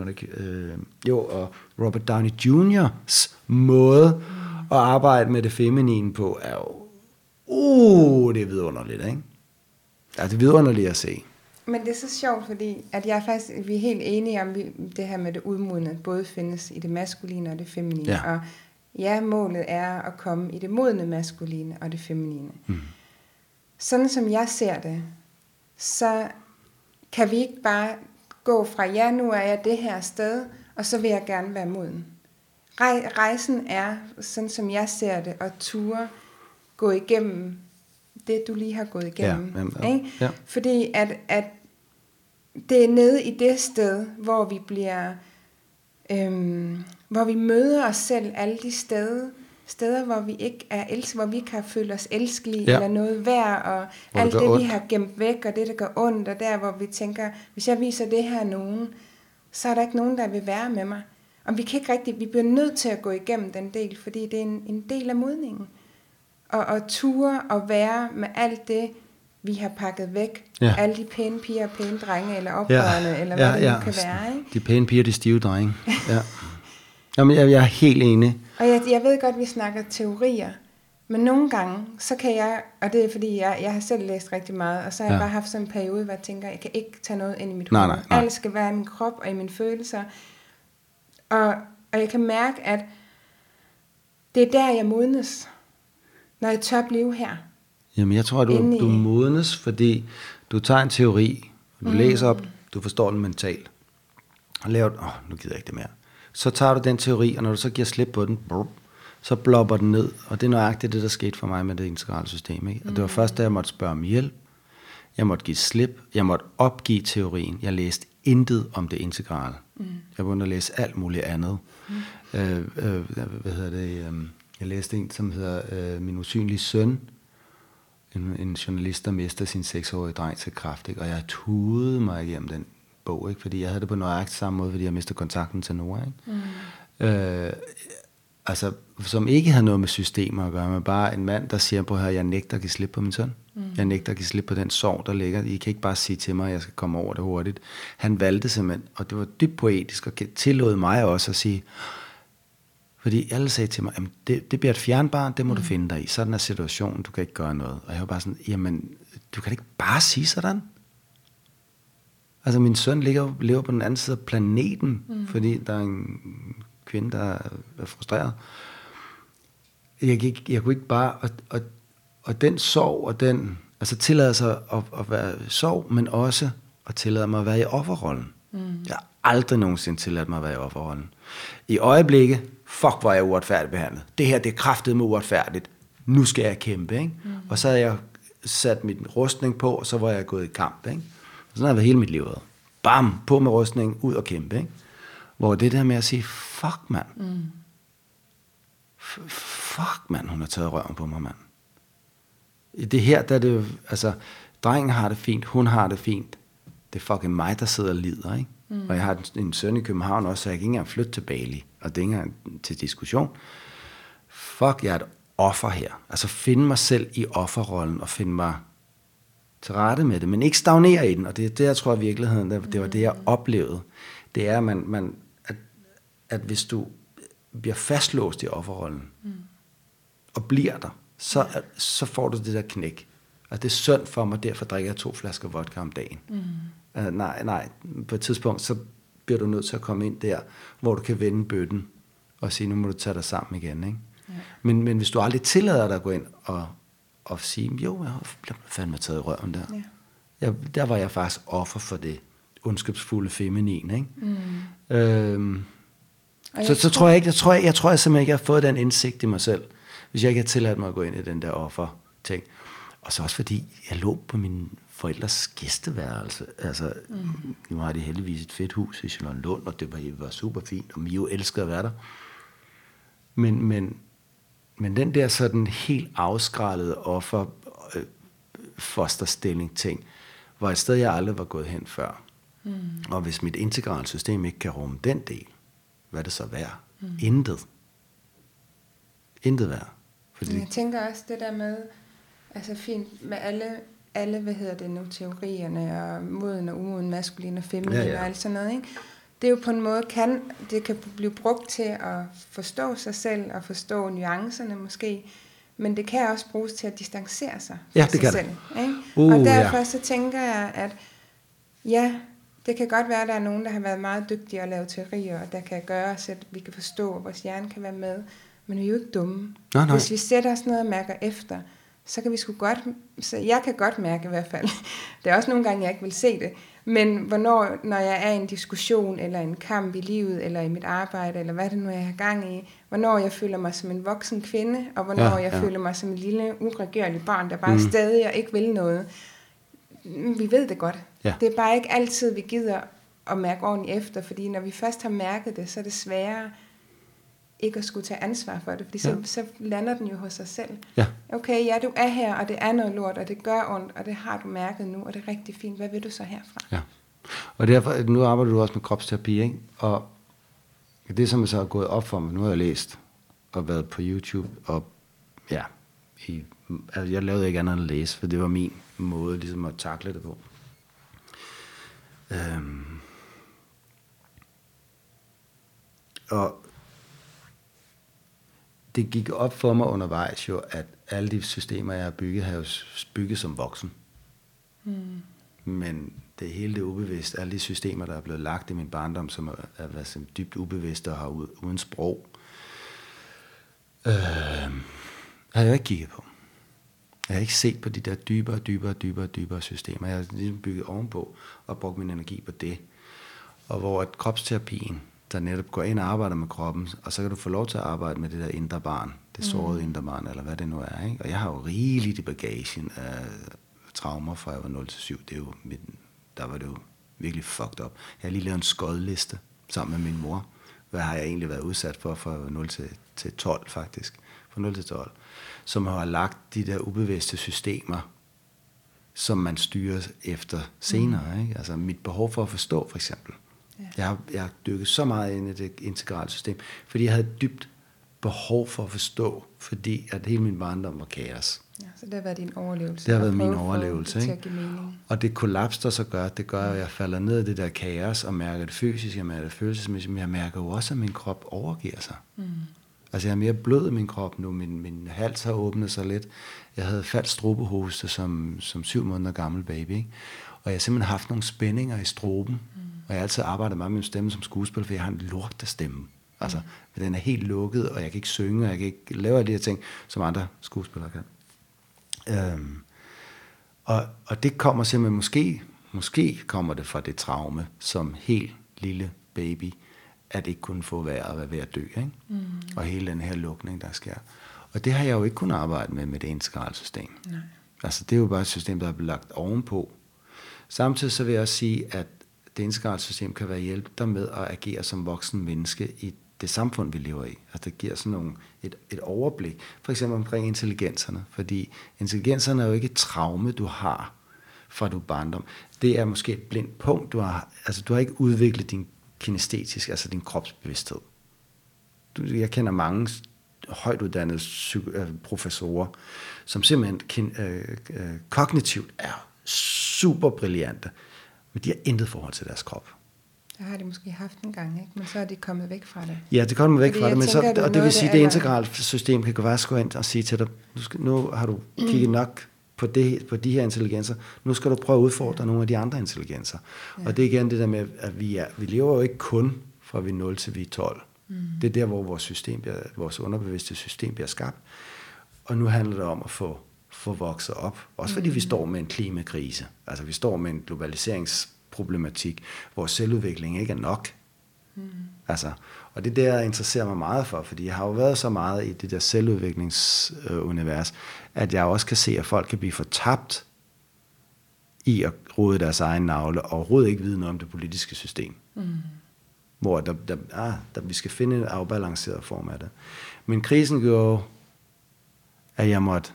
Robert Downey Jr.'s måde at arbejde med det feminine på, er jo, det er vidunderligt, ikke? Ja, det er vidunderligt at se. Men det er så sjovt, fordi at vi er helt enige om, det her med det udmodne, både findes i det maskuline og det feminine. Ja. Og ja, målet er at komme i det modne maskuline og det feminine. Sådan som jeg ser det, så kan vi ikke bare gå fra, ja, nu er jeg det her sted, og så vil jeg gerne være moden. Rejsen er, sådan som jeg ser det, at ture gå igennem det, du lige har gået igennem. Ja. Ikke? Ja. Fordi at det er nede i det sted, hvor vi bliver, hvor vi møder os selv alle de steder, hvor vi ikke er elsket, hvor vi ikke har følt os elskelige, eller noget værd, og hvor alt det, vi har gemt væk, og det, der gør ondt, og der, hvor vi tænker, hvis jeg viser det her nogen, så er der ikke nogen, der vil være med mig. Og vi kan ikke rigtig, vi bliver nødt til at gå igennem den del, fordi det er en del af modningen. Og ture og være med alt det, vi har pakket væk. Ja. Alle de pæne piger og pæne drenge, eller oprørende, eller hvad det nu kan være. Ikke? De pæne piger, de stive drenge. Ja. Jamen, jeg er helt enig. Og jeg ved godt, at vi snakker teorier, men nogle gange, så kan jeg, og det er fordi, jeg har selv læst rigtig meget, og så har jeg bare haft sådan en periode, hvor jeg tænker, jeg kan ikke tage noget ind i mit hoved. Alt skal være i min krop og i mine følelser. Og jeg kan mærke, at det er der, jeg modnes, når jeg tør blive her. Jamen, jeg tror, at du modnes, fordi du tager en teori, du læser op, du forstår den mentalt, og laver, nu gider jeg ikke det mere. Så tager du den teori, og når du så giver slip på den, så blopper den ned. Og det er nøjagtigt det, der skete for mig med det integrale system. Ikke? Og det var først, da jeg måtte spørge om hjælp. Jeg måtte give slip. Jeg måtte opgive teorien. Jeg læste intet om det integrale. Jeg begyndte at læse alt muligt andet. Jeg læste en, som hedder Min usynlige søn. En journalist, der mister sin 6-årige dreng til kræft. Ikke? Og jeg tudede mig igennem den bog, ikke? Fordi jeg havde det på nøjagtigt samme måde, fordi jeg mistede kontakten til Nora, ikke? Altså, som ikke havde noget med systemer at gøre, men bare en mand, der siger på her, jeg nægter at give slip på min søn. Jeg nægter at give slip på den sorg, der ligger. I kan ikke bare sige til mig, at jeg skal komme over det hurtigt. Han valgte simpelthen, og det var dybt poetisk, og tillod mig også at sige, fordi alle sagde til mig, jamen, det bliver et fjernbarn, det må du finde dig i. Sådan er situationen, du kan ikke gøre noget. Og jeg var bare sådan, jamen, du kan ikke bare sige sådan. Altså, min søn lever på den anden side af planeten, fordi der er en kvinde, der er frustreret. Jeg kunne ikke bare, og den sorg, og den, altså tillade sig at være sorg, men også at tillade mig at være i offerrollen. Jeg har aldrig nogensinde tilladt mig at være i offerrollen. I øjeblikket, fuck hvor jeg uretfærdigt behandlet. Det her, det er kraftedeme uretfærdigt. Nu skal jeg kæmpe, ikke? Og så havde jeg sat min rustning på, og så var jeg gået i kamp, ikke? Og sådan har jeg været hele mit liv. Bam, på med rustningen, ud og kæmpe, ikke? Hvor det der med at sige, fuck mand. Fuck mand, hun har taget røven på mig, mand. I det her, der er det jo, altså, drengen har det fint, hun har det fint. Det er fucking mig, der sidder og lider, ikke? Og jeg har en søn i København også, så jeg kan ikke engang flytte til Bali, og det er ikke engang til diskussion. Fuck, jeg er et offer her. Altså finde mig selv i offerrollen, og finde mig til rette med det, men ikke stagnere i den, og det er det, jeg tror i virkeligheden, det var det, jeg oplevede. Det er, at hvis du bliver fastlåst i offerrollen, og bliver der, så får du det der knæk. Og det er synd for mig, derfor drikker jeg 2 flasker vodka om dagen. Nej, på et tidspunkt, så bliver du nødt til at komme ind der, hvor du kan vende bøtten, og sige, nu må du tage dig sammen igen, ikke? Ja. Men hvis du aldrig tillader dig at gå ind og sige, jo, jeg har fandme taget i røven der. Ja. Der var jeg faktisk offer for det ondskabsfulde feminine, ikke? Så tror jeg ikke, jeg tror simpelthen ikke, jeg har fået den indsigt i mig selv, hvis jeg ikke har tilladt mig at gå ind i den der offer-ting. Og så også fordi, jeg lå på mine forældres gæsteværelse. Altså, nu har de heldigvis et fedt hus i Charlottenlund, og det var super fint, og Mio elskede at være der. Men den der sådan helt afskrallede fosterstilling ting, var et sted, jeg aldrig var gået hen før. Og hvis mit integrale system ikke kan rumme den del, hvad er det så værd? Intet værd. Fordi jeg tænker også det der med, altså fint med alle hvad hedder det nu, teorierne og moden og umoden, maskulin og feminin og alt sådan noget, ikke? Det er jo på en måde, det kan blive brugt til at forstå sig selv og forstå nuancerne måske, men det kan også bruges til at distancere sig fra sig selv. Ikke? Og derfor så tænker jeg, at ja, det kan godt være, at der er nogen, der har været meget dygtige at lave teorier, og der kan gøre, så vi kan forstå, at vores hjerne kan være med, men vi er jo ikke dumme. Nej. Hvis vi sætter os ned og mærker efter, så kan vi sgu godt, så jeg kan godt mærke i hvert fald, det er også nogle gange, jeg ikke vil se det, men hvornår, når jeg er i en diskussion, eller en kamp i livet, eller i mit arbejde, eller hvad det nu er, jeg har gang i, hvornår jeg føler mig som en voksen kvinde, og hvornår jeg føler mig som en lille, uregerlig barn, der bare er stadig og ikke vil noget. Vi ved det godt. Ja. Det er bare ikke altid, vi gider at mærke ordentligt efter, fordi når vi først har mærket det, så er det sværere ikke at skulle tage ansvar for det, fordi så lander den jo hos sig selv. Ja. Okay, ja, du er her, og det er noget lort, og det gør ondt, og det har du mærket nu, og det er rigtig fint. Hvad vil du så herfra? Ja. Og derfor, nu arbejder du også med kropsterapi, ikke? Og det, som jeg så er gået op for mig, nu har jeg læst og været på YouTube, og ja, altså jeg lavede ikke andet end at læse, for det var min måde ligesom at takle det på. Og det gik op for mig undervejs jo, at alle de systemer, jeg har bygget, har jo bygget som voksen. Men det hele det ubevidst, alle de systemer, der er blevet lagt i min barndom, som er været dybt ubevidste og har uden sprog, har jeg ikke kigget på. Jeg har ikke set på de der dybere systemer. Jeg har ligesom bygget ovenpå og brugt min energi på det. Og hvor at kropsterapien, der netop går ind og arbejder med kroppen, og så kan du få lov til at arbejde med det der indre barn, det sårede indre barn, eller hvad det nu er, ikke? Og jeg har jo rigeligt i bagagen af traumer fra jeg var 0 til 7. Det er jo der var det jo virkelig fucked up. Jeg har lige lavet en skodliste sammen med min mor. Hvad har jeg egentlig været udsat for fra 0 til 12 faktisk? Fra 0 til 12. Som har lagt de der ubevidste systemer, som man styrer efter senere, ikke? Altså mit behov for at forstå, for eksempel. Ja. Jeg har dykket så meget ind i det integrale system, fordi jeg havde dybt behov for at forstå, fordi at hele min barndom var kaos. Ja, så det har været din overlevelse. Det har været min overlevelse, ikke? Og det kollaps, der så gør, det gør, at jeg falder ned i det der kaos, og mærker det fysisk, jeg mærker det følelsesmæssigt, men jeg mærker jo også, at min krop overgiver sig. Altså jeg er mere blød i min krop nu, min hals har åbnet sig lidt. Jeg havde faldt strobehoste som 7 måneder gammel baby, ikke? Og jeg har simpelthen haft nogle spændinger i stroben, og jeg har altid arbejdet meget med min stemme som skuespiller, for jeg har en lortestemme. Altså, den er helt lukket, og jeg kan ikke synge, og jeg kan ikke lave alle de her ting, som andre skuespillere kan. Og det kommer simpelthen, måske kommer det fra det traume, som helt lille baby, at ikke kunne få vejret og være ved at dø, ikke? Og hele den her lukning, der sker. Og det har jeg jo ikke kunnet arbejde med det integrale system. Nej. Altså det er jo bare et system, der er blevet lagt ovenpå. Samtidig så vil jeg også sige, at det integrale system kan være hjælp dig med at agere som voksen menneske i det samfund, vi lever i. Altså det giver sådan et overblik. For eksempel omkring intelligenserne. Fordi intelligenserne er jo ikke et traume, du har fra du barndom. Det er måske et blindt punkt. Du har ikke udviklet din kinestetisk, altså din kropsbevidsthed. Jeg kender mange højt uddannede professorer, som simpelthen kognitivt er super brillante, men de har intet forhold til deres krop. Det har de måske haft en gang, ikke? Men så er de kommet væk fra det. Ja, det kommer væk fra det, men tænker, så, og det vil sige, at det integrale system kan godt gå ind og sige til dig, nu har du kigget nok på de her intelligenser, nu skal du prøve at udfordre nogle af de andre intelligenser. Ja. Og det er igen det der med, at vi lever jo ikke kun fra vi er 0 til vi er 12. Det er der, hvor vores underbevidste system bliver skabt. Og nu handler det om at få vokset op. Også fordi vi står med en klimakrise. Altså vi står med en globaliseringsproblematik, hvor selvudvikling ikke er nok. Altså, og det er det, jeg interesserer mig meget for, fordi jeg har jo været så meget i det der selvudviklingsunivers, at jeg også kan se, at folk kan blive fortabt i at rode deres egen navle, og overhovedet ikke vide noget om det politiske system. Hvor vi skal finde en afbalanceret form af det. Men krisen gjorde, at jeg måtte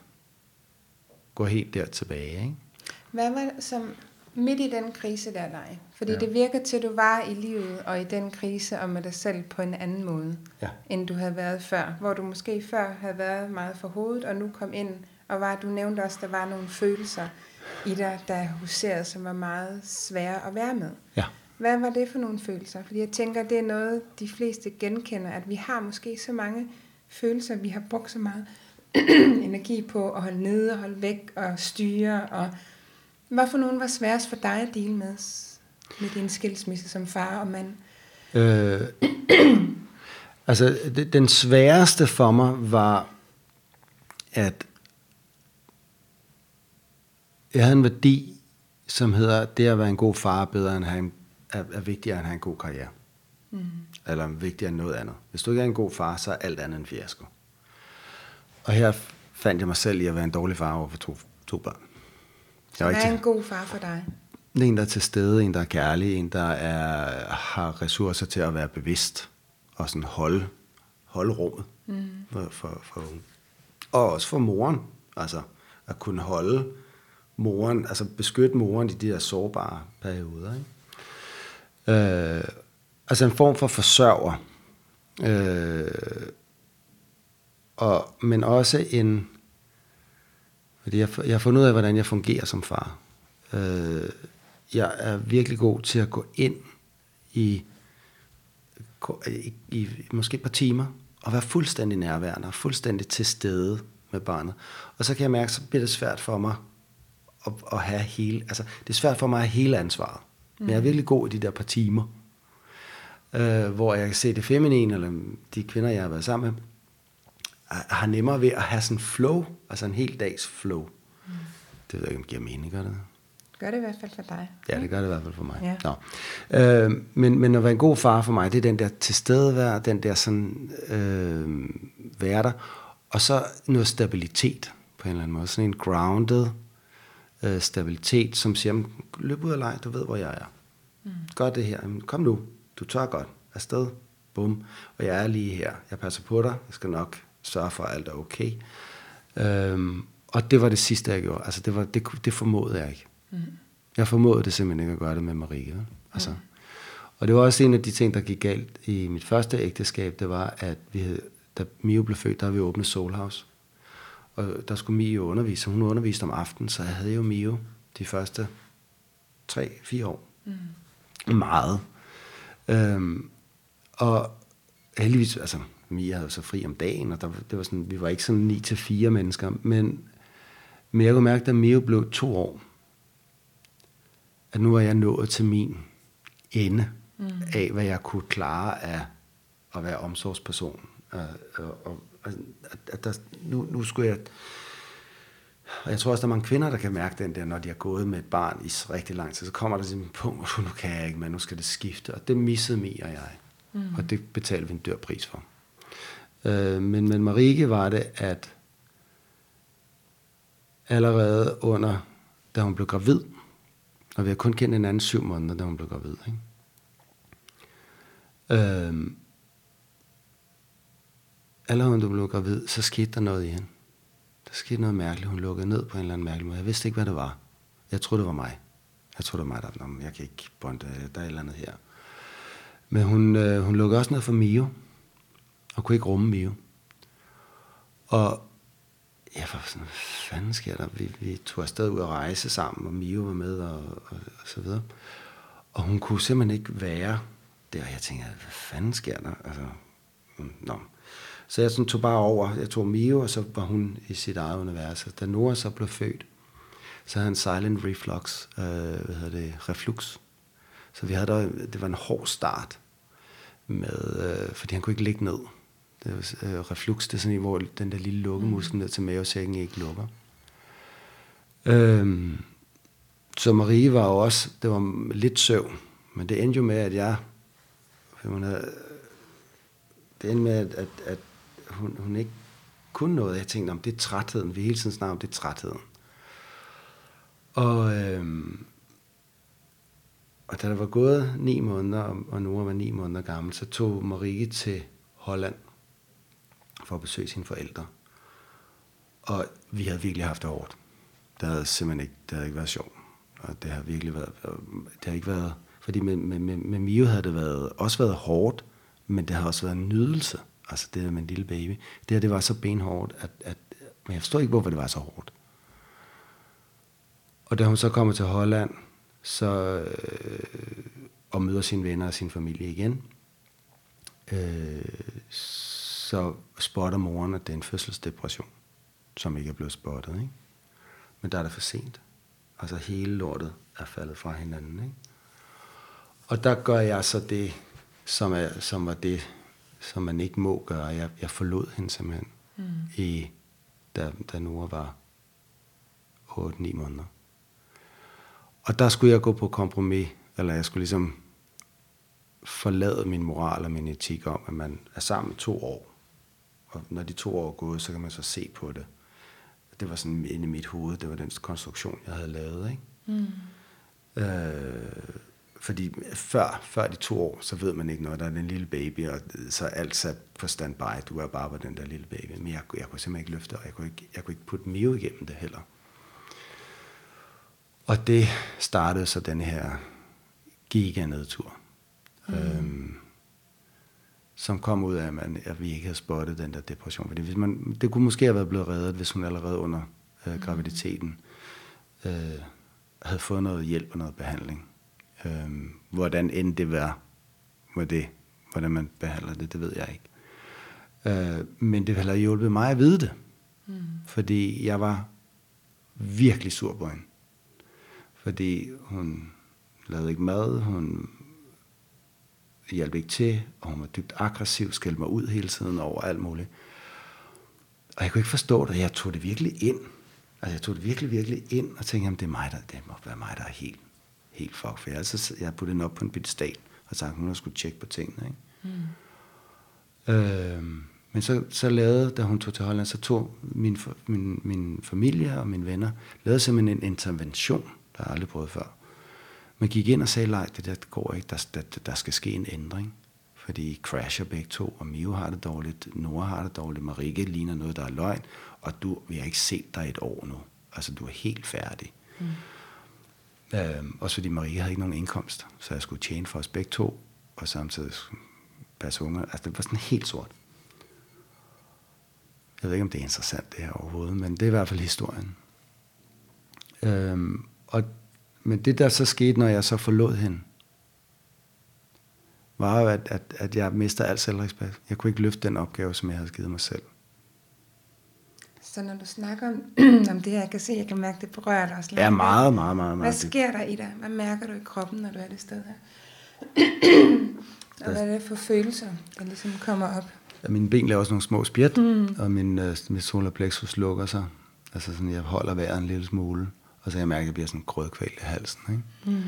gå helt der tilbage. Ikke? Hvad var det som midt i den krise der, dig? Fordi det virker til, at du var i livet og i den krise og med dig selv på en anden måde, end du havde været før. Hvor du måske før havde været meget for hovedet, og nu kom ind, og du nævnte også, at der var nogle følelser i dig, der huserede, som var meget svære at være med. Ja. Hvad var det for nogle følelser? Fordi jeg tænker, det er noget, de fleste genkender, at vi har måske så mange følelser, vi har brugt så meget energi på at holde nede og holde væk og styre. Og hvad for nogen var sværest for dig at dele med din skilsmisse som far og mand? Altså, den sværeste for mig var, at jeg havde en værdi, som hedder, det at være en god far er vigtigere end at have en god karriere. Eller vigtigere end noget andet. Hvis du ikke er en god far, så er alt andet en fiasko. Og her fandt jeg mig selv i at være en dårlig far over for to børn. Så hvad er en god far for dig? En, der er til stede, en, der er kærlig, en, der har ressourcer til at være bevidst, og sådan holde rummet. Og også for moren, altså at kunne holde moren, altså beskytte moren i de der sårbare perioder. Ikke? Altså en form for forsørger. Men også fordi jeg har fundet ud af, hvordan jeg fungerer som far. Jeg er virkelig god til at gå ind i måske et par timer, og være fuldstændig nærværende, og fuldstændig til stede med barnet. Og så kan jeg mærke, så bliver det svært for mig at have det er svært for mig at have hele ansvaret. Men jeg er virkelig god i de der par timer, hvor jeg kan se det feminine, eller de kvinder, jeg har været sammen med, har nemmere ved at have sådan flow, altså en hel dags flow. Det ved jeg ikke, om det giver mening, gør det? Gør det i hvert fald for dig. Ja, det gør det i hvert fald for mig. Ja. Men at være en god far for mig, det er den der tilstedevær, den der sådan være der, og så noget stabilitet på en eller anden måde. Sådan en grounded stabilitet, som siger, løb ud af leg, du ved, hvor jeg er. Gør det her, kom nu, du tør godt, afsted, bum, og jeg er lige her, jeg passer på dig, jeg skal nok sørge for, at alt er okay. Og det var det sidste, jeg gjorde. Altså, det formåede jeg ikke. Jeg formåede det simpelthen ikke at gøre det med Marie. Altså. Og det var også en af de ting, der gik galt i mit første ægteskab, det var, at da Mio blev født, der havde vi åbnet Soul House. Og der skulle Mio undervise, hun underviste om aftenen, så jeg havde jo Mio de første 3-4 år. Meget. Og heldigvis, altså Mia havde så fri om dagen, og det var sådan, vi var ikke sådan 9-4 mennesker, men jeg kunne mærke, da Mio blev 2 år, at nu er jeg nået til min ende af, hvad jeg kunne klare af at være omsorgsperson. Nu skulle jeg Og jeg tror også, der er mange kvinder, der kan mærke den der, når de har gået med et barn i rigtig lang tid, så kommer der sådan en punkt, hvor nu kan jeg ikke, men nu skal det skifte. Og det missede Mia og jeg. Og det betalte vi en dyr pris for. Men med Marieke var det, at allerede da hun blev gravid, og vi har kun kendt hinanden 7 måneder, da hun blev gravid, ikke? Allerede da hun blev gravid, så skete der noget i hende. Der skete noget mærkeligt. Hun lukkede ned på en eller anden mærkelig måde. Jeg vidste ikke, hvad det var. Jeg troede, det var mig. Jeg jeg kan ikke bonde, der er et eller andet her. Men hun lukkede også ned for Mio, og kunne ikke rumme Mio. Og jeg var sådan, hvad fanden sker der? Vi tog afsted ud at rejse sammen, og Mio var med, og så videre. Og hun kunne simpelthen ikke være der. Jeg tænkte, hvad fanden sker der? Altså, Så jeg tog bare over. Jeg tog Mio, og så var hun i sit eget univers. Da Nora så blev født, så havde han silent reflux, reflux. Så det var en hård start, fordi han kunne ikke ligge ned. Det var, reflux, det er sådan en, hvor den der lille lukkemuskel ned til mavesækken ikke lukker. Så Marie var jo også, det var lidt søvn, men det endte jo med, at det endte med, at hun ikke kunne noget. Jeg tænkte, det er trætheden. Vi hele tiden snakker om, det er trætheden. Og da der var gået 9 måneder, og Nora var 9 måneder gammel, så tog Marie til Holland for at besøge sine forældre. Og vi havde virkelig haft det hårdt. Det havde ikke været sjovt. Og det har virkelig været, det har ikke været, fordi med Mio havde det også været hårdt, men det har også været en nydelse. Altså det der med en lille baby. Det her, det var så benhårdt, men jeg forstår ikke, hvorfor det var så hårdt. Og da hun så kommer til Holland, og møder sine venner og sin familie igen, så spotter moren, at det er en fødselsdepression, som ikke er blevet spottet, ikke? Men der er det for sent. Altså hele lortet er faldet fra hinanden, ikke? Og der gør jeg så det, som var det, som man ikke må gøre. Jeg forlod hende simpelthen, da Nora var 8-9 måneder. Og der skulle jeg gå på kompromis, eller jeg skulle ligesom forlade min moral og min etik om, at man er sammen 2 år. Og når de 2 år er gået, så kan man så se på det. Det var sådan inde i mit hoved, det var den konstruktion, jeg havde lavet, ikke? Fordi før de 2 år, så ved man ikke noget. Der er den lille baby, og så er alt sat på standby. Du er bare på den der lille baby. Men jeg kunne simpelthen ikke løfte, og jeg kunne ikke putte Mio igennem det heller. Og det startede så den her giganedtur, som kom ud af, at vi ikke havde spottet den der depression. Fordi det kunne måske have været blevet reddet, hvis hun allerede under graviditeten havde fået noget hjælp og noget behandling. Hvordan end det var med det, hvordan man behandler det ved jeg ikke. Men det ville have hjulpet mig at vide det, fordi jeg var virkelig sur på hende. Fordi hun lavede ikke mad, hun hjalp ikke til, og hun var dybt aggressiv, skældte mig ud hele tiden over alt muligt. Og jeg kunne ikke forstå det, jeg tog det virkelig ind. Altså jeg tog det virkelig, virkelig ind, og tænkte, jamen det må være mig, der er helt fuck. For jeg har puttet den op på en pedestal, og sagt, hun skulle tjekke på tingene, ikke? Men så lavede, da hun tog til Holland, så tog min familie og mine venner, lavede simpelthen en intervention, der jeg aldrig prøvet før. Man gik ind og sagde, nej, det går ikke, der skal ske en ændring. Fordi I crasher begge to, og Mio har det dårligt, Nora har det dårligt, Marieke ligner noget, der er løgn, og vi har ikke set dig 1 år nu. Altså, du er helt færdig. Også fordi Marieke havde ikke nogen indkomst, så jeg skulle tjene for os begge to, og samtidig passe unger. Altså, det var sådan helt sort. Jeg ved ikke, om det er interessant, det her overhovedet, men det er i hvert fald historien. Men det, der så skete, når jeg så forlod hende, var jo, at jeg mister alt selvrespekt. Jeg kunne ikke løfte den opgave, som jeg havde givet mig selv. Så når du snakker om det her, jeg kan se, jeg kan mærke, det berører dig også. Ja, meget. Hvad sker der i dig? Hvad mærker du i kroppen, når du er det sted her? Og hvad er det for følelser, der ligesom kommer op? Ja, mine ben laver også nogle små spjæt, og min solar plexus lukker sig. Altså sådan, jeg holder vejret en lille smule, og så jeg mærker, at jeg bliver sådan grødkvælt i halsen. Ikke?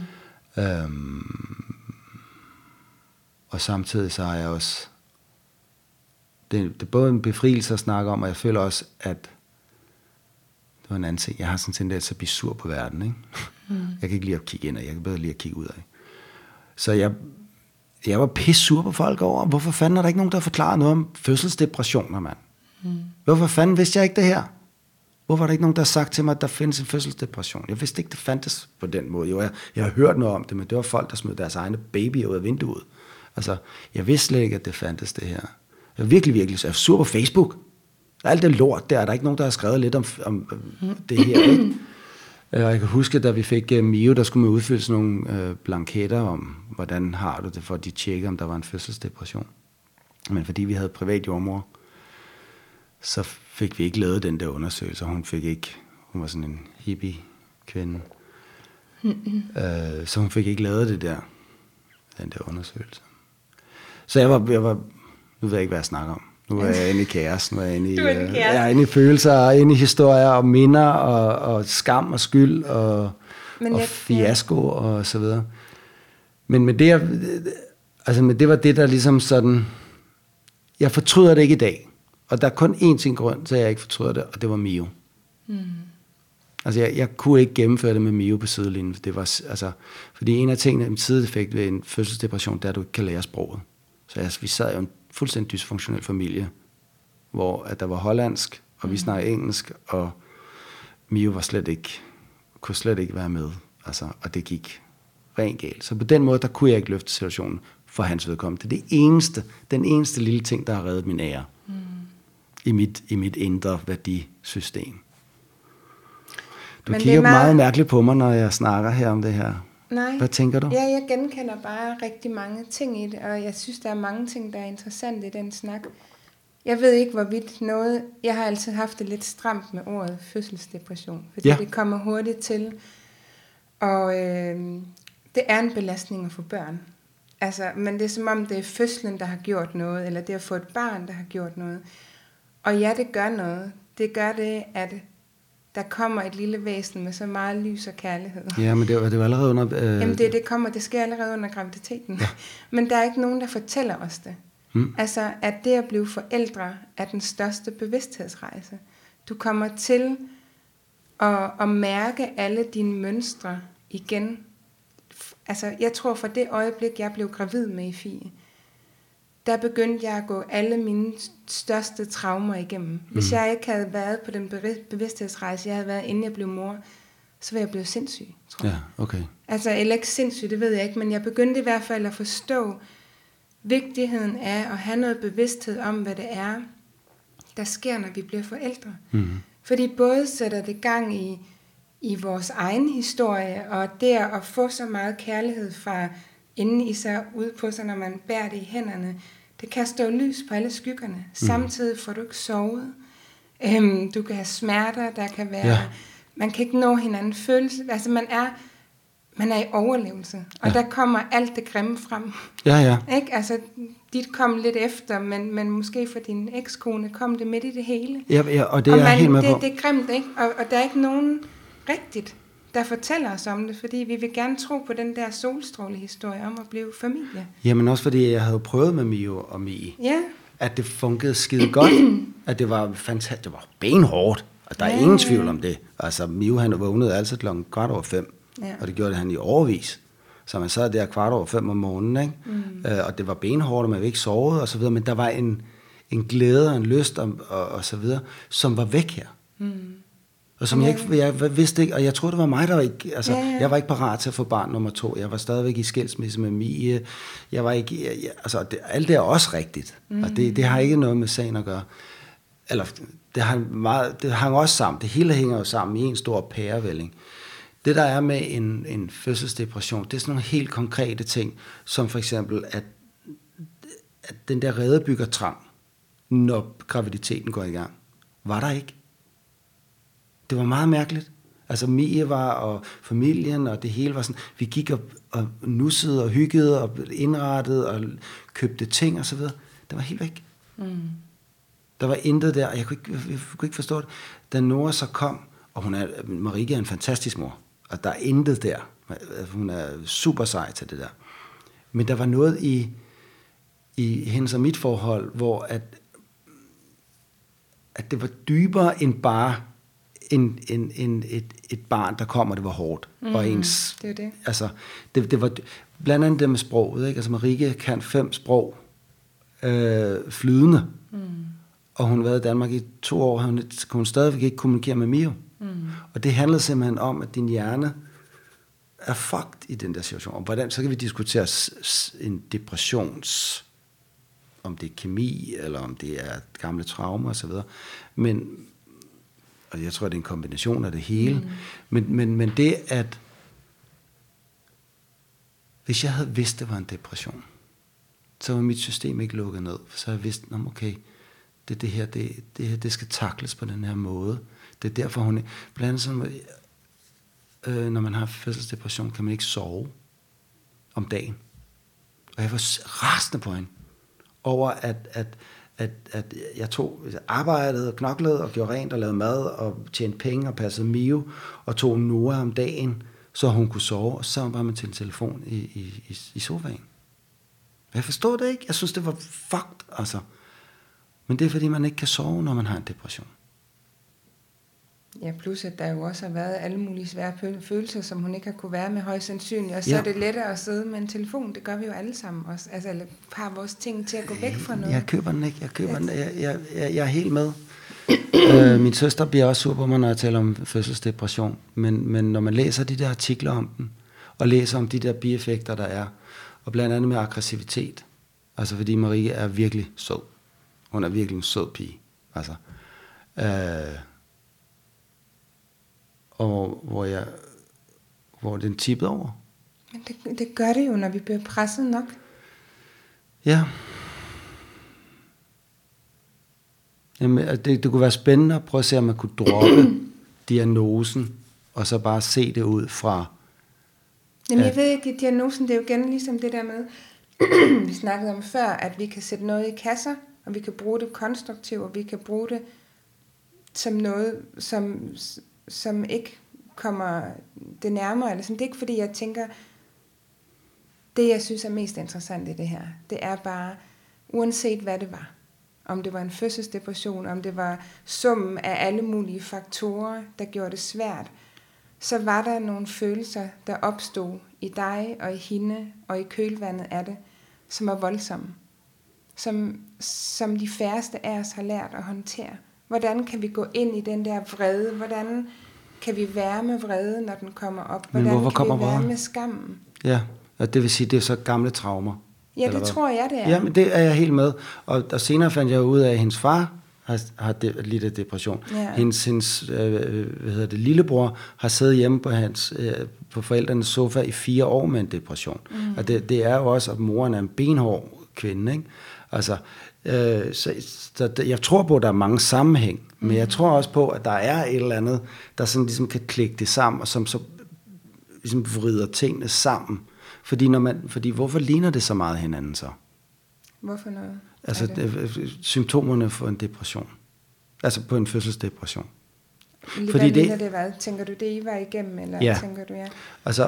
Og samtidig så har jeg også, det er både en befrielse at snakke om, og jeg føler også, at det var en anden ting. Jeg har sådan en tendens til at blive sur på verden. Ikke? Jeg kan ikke lide at kigge ind, og jeg kan bedre lide at kigge ud af. Så jeg var pisse sur på folk over, hvorfor fanden er der ikke nogen, der forklarer noget om fødselsdepressioner, mand? Hvorfor fanden vidste jeg ikke det her? Hvorfor er der ikke nogen, der har sagt til mig, at der findes en fødselsdepression? Jeg vidste ikke, det fandtes på den måde. Jo, jeg har hørt noget om det, men det var folk, der smed deres egne babyer ud af vinduet. Altså, jeg vidste slet ikke, at det fandtes det her. Jeg er virkelig så jeg er sur på Facebook. Alt det lort der, er der ikke nogen, der har skrevet lidt om det her, ikke? Og jeg kan huske, da vi fik Mio, der skulle man udfylde sådan nogle blanketter om, hvordan har du det, for at de tjekke, om der var en fødselsdepression. Men fordi vi havde privat jordmor, så fik vi ikke lavet den der undersøgelse. Hun var sådan en hippie kvinde. Så hun fik ikke lavet den der undersøgelse. Så jeg var, nu ved jeg ikke, hvad jeg snakker om. Nu er jeg inde i kaos, nu er jeg inde i følelser, og inde i historier, og minder, og skam, og skyld, og fiasko, og så videre. Men det var det, der ligesom sådan, jeg fortryder det ikke i dag. Og der er kun én ting grund til, at jeg ikke fortryder det, og det var Mio. Altså, jeg kunne ikke gennemføre det med Mio på sidelinjen. Det var, altså, fordi en af tingene, en sideeffekt ved en fødselsdepression, det er, at du ikke kan lære sproget. Så vi sad jo en fuldstændig dysfunktionel familie, hvor at der var hollandsk, og vi snakkede engelsk, og Mio kunne slet ikke være med. Altså, og det gik rent galt. Så på den måde, der kunne jeg ikke løfte situationen for hans vedkommende. Det er den eneste lille ting, der har reddet min ære. I mit indre værdisystem. Du kigger meget mærkeligt på mig, når jeg snakker her om det her. Nej. Hvad tænker du? Ja, jeg genkender bare rigtig mange ting i det, og jeg synes, der er mange ting, der er interessante i den snak. Jeg ved ikke, hvorvidt noget. Jeg har altid haft det lidt stramt med ordet fødselsdepression, fordi det kommer hurtigt til, og det er en belastning at få børn. Altså, men det er som om, det er fødslen, der har gjort noget, eller det at få et barn, der har gjort noget. Og ja, det gør noget. Det gør det, at der kommer et lille væsen med så meget lys og kærlighed. Ja, men det var allerede under... Jamen det sker allerede under graviditeten. Ja. Men der er ikke nogen, der fortæller os det. Altså, at det at blive forældre er den største bevidsthedsrejse. Du kommer til at mærke alle dine mønstre igen. Altså, jeg tror fra det øjeblik, jeg blev gravid med i Fie, der begyndte jeg at gå alle mine største traumer igennem. Hvis jeg ikke havde været på den bevidsthedsrejse, jeg havde været, inden jeg blev mor, så ville jeg blive sindssyg, tror jeg. Ja, okay. Altså, eller ikke sindssyg, det ved jeg ikke, men jeg begyndte i hvert fald at forstå vigtigheden af at have noget bevidsthed om, hvad det er, der sker, når vi bliver forældre. Fordi både sætter det gang i vores egen historie, og det at få så meget kærlighed fra inden i sig, ud på sig, når man bærer det i hænderne, det kaster jo lys på alle skyggerne. Samtidig får du ikke sovet. Du kan have smerter, der kan være... Ja. Man kan ikke nå hinanden følelse. Altså, man er i overlevelse. Og der kommer alt det grimme frem. Ja. Ikke? Altså, dit kom lidt efter, men måske for din ekskone kom det midt i det hele. Ja, og det er jeg helt med på. Det er grimt, ikke? Og der er ikke nogen rigtigt, der fortæller os om det, fordi vi vil gerne tro på den der solstrålehistorie om at blive familie. Jamen også fordi jeg havde prøvet med Mio og Mie, at det fungerede skide godt, at det var fantastisk, det var benhårdt, og der er ingen tvivl om det. Altså Mio, han vågnede altid 5:15, og det gjorde han i årevis. Så man sad der 5:15 om morgenen, ikke? Og det var benhårdt, og man ikke sovet og så videre, men der var en glæde og en lyst og så videre, som var væk her. Og som jeg vidste ikke, og jeg troede, det var mig, der ikke... Altså, jeg var ikke parat til at få barn nummer 2. Jeg var stadigvæk i skilsmisse med Mie. Jeg var ikke... alt det er også rigtigt. Og det har ikke noget med sagen at gøre. Eller, det hang også sammen. Det hele hænger jo sammen i en stor pærevælling. Det, der er med en fødselsdepression, det er sådan nogle helt konkrete ting, som for eksempel, at den der redebyggertrang, når graviditeten går i gang, var der ikke. Det var meget mærkeligt. Altså Mie var, og familien, og det hele var sådan, vi gik og nussede og hyggede og indrettede og købte ting og så videre. Det var helt væk. Der var intet der, og jeg kunne ikke forstå det. Da Nora så kom, og Marike er en fantastisk mor, og der er intet der. Hun er super sej til det der. Men der var noget i hendes og mit forhold, hvor at det var dybere end bare et barn, der kom, og det var hårdt. Og ens, det er det. Altså, det var blandt andet det med sproget, ikke? Altså Marike kan 5 sprog flydende. Og hun har været i Danmark i 2 år, kunne hun stadigvæk ikke kommunikere med Mio. Og det handlede simpelthen om, at din hjerne er fucked i den der situation. Og hvordan, så kan vi diskutere en depressions, om det er kemi, eller om det er gamle traumer osv. Men, og jeg tror, det er en kombination af det hele. Men det, at hvis jeg havde vidst, det var en depression, så var mit system ikke lukket ned. Så havde jeg vidst, okay, det her, det skal takles på den her måde. Det er derfor, hun blandt andet sådan, når man har fødselsdepression, kan man ikke sove om dagen. Og jeg var rasende på hende over, at jeg arbejdede og knoklede og gjorde rent og lavede mad og tjente penge og passede Mio og tog Nora om dagen, så hun kunne sove, og så sad hun bare med til en telefon i sofaen. Jeg forstod det ikke. Jeg synes, det var fucked, altså. Men det er, fordi man ikke kan sove, når man har en depression. Ja, plus at der jo også har været alle mulige svære følelser, som hun ikke har kunne være med højst sandsynligt. Og så er det lettere at sidde med en telefon. Det gør vi jo alle sammen også. Altså, eller har vores ting til at gå væk fra noget. Jeg køber den ikke. Jeg er helt med. Min søster bliver også sur på mig, når jeg taler om fødselsdepression. Men når man læser de der artikler om den, og læser om de der bieffekter, der er, og blandt andet med aggressivitet, altså fordi Marie er virkelig sød. Hun er virkelig en sød pige. Altså, og hvor den tippede over. Men det gør det jo, når vi bliver presset nok. Ja. Jamen, det kunne være spændende at prøve at se, om man kunne droppe diagnosen, og så bare se det ud fra... Jamen, jeg ved ikke, diagnosen, det er jo igen ligesom det der med, vi snakkede om før, at vi kan sætte noget i kasser, og vi kan bruge det konstruktivt, og vi kan bruge det som noget, som ikke kommer det nærmere. Eller sådan. Det er ikke fordi, jeg tænker, det jeg synes er mest interessant i det her, det er bare, uanset hvad det var, om det var en fødselsdepression, om det var summen af alle mulige faktorer, der gjorde det svært, så var der nogle følelser, der opstod i dig og i hende og i kølvandet af det, som var voldsomme. Som de færreste af os har lært at håndtere. Hvordan kan vi gå ind i den der vrede? Hvordan kan vi være med vrede, når den kommer op? Hvordan kan vi være med skammen? Ja, og det vil sige, det er så gamle traumer. Ja, det tror jeg, det er. Ja, men det er jeg helt med. Og senere fandt jeg ud af, at hendes far har lidt af depression. Ja. Hendes lillebror har siddet hjemme på forældrenes sofa i 4 år med en depression. Og det er jo også, at moren er en benhård kvinde, ikke? Altså, så jeg tror på, at der er mange sammenhæng, men jeg tror også på, at der er et eller andet, der sådan ligesom kan klikke det sammen, og som så ligesom vrider tingene sammen. Fordi hvorfor ligner det så meget hinanden så? Hvorfor noget? Altså symptomerne for en depression. Altså på en fødselsdepression. Fordi det hvad? Tænker du det, I var igennem, eller tænker du Altså,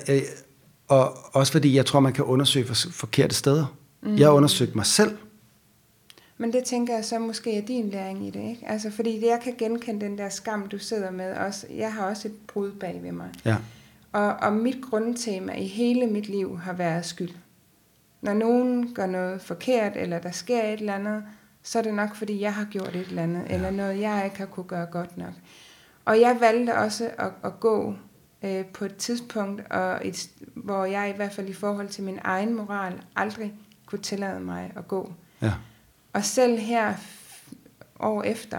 og også fordi jeg tror, man kan undersøge forkerte steder. Jeg har undersøgt mig selv. Men det tænker jeg så måske er din læring i det, ikke? Altså fordi jeg kan genkende den der skam, du sidder med også. Jeg har også et brud bag ved mig. Ja. Og mit grundtema i hele mit liv har været skyld. Når nogen gør noget forkert, eller der sker et eller andet, så er det nok, fordi jeg har gjort et eller andet, eller noget, jeg ikke har kunne gøre godt nok. Og jeg valgte også at gå på et tidspunkt, hvor jeg i hvert fald i forhold til min egen moral aldrig kunne tillade mig at gå. Ja. Og selv her år efter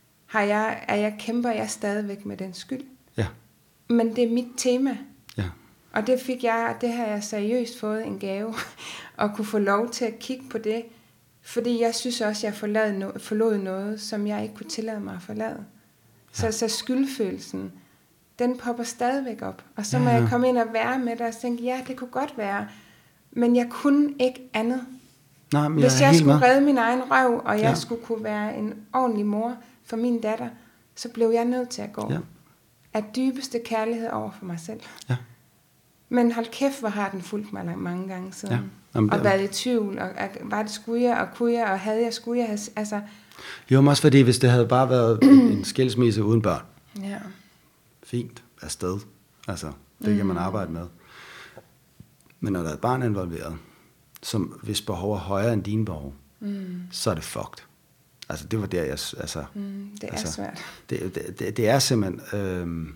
kæmper jeg stadigvæk med den skyld. Ja. Men det er mit tema. Ja. Og det har jeg seriøst fået en gave at kunne få lov til at kigge på det, fordi jeg synes også, jeg forlod noget, som jeg ikke kunne tillade mig at forlade. Ja. Så skyldfølelsen, den popper stadigvæk op. Og så må jeg komme ind og være med det og tænke, ja, det kunne godt være, men jeg kunne ikke andet. Nej, men Hvis jeg skulle redde min egen røv, og jeg Ja. skulle kunne være en ordentlig mor for min datter, så blev jeg nødt til at gå. Ja. Af dybeste kærlighed over for mig selv. Ja. Men hold kæft, hvor har den fulgt mig mange gange siden. Ja. Jamen, Og været i tvivl, og var det skulle jeg, og kunne jeg, og havde jeg, skulle jeg have, altså... Jo, men også fordi, hvis det havde bare været en skilsmisse uden børn, Ja. fint, afsted. Altså, det kan man arbejde med. Men når der er et barn involveret, som hvis behov er højere end dine behov, så er det fucked. Altså, det var der, jeg... Altså, Det er svært. Det er simpelthen...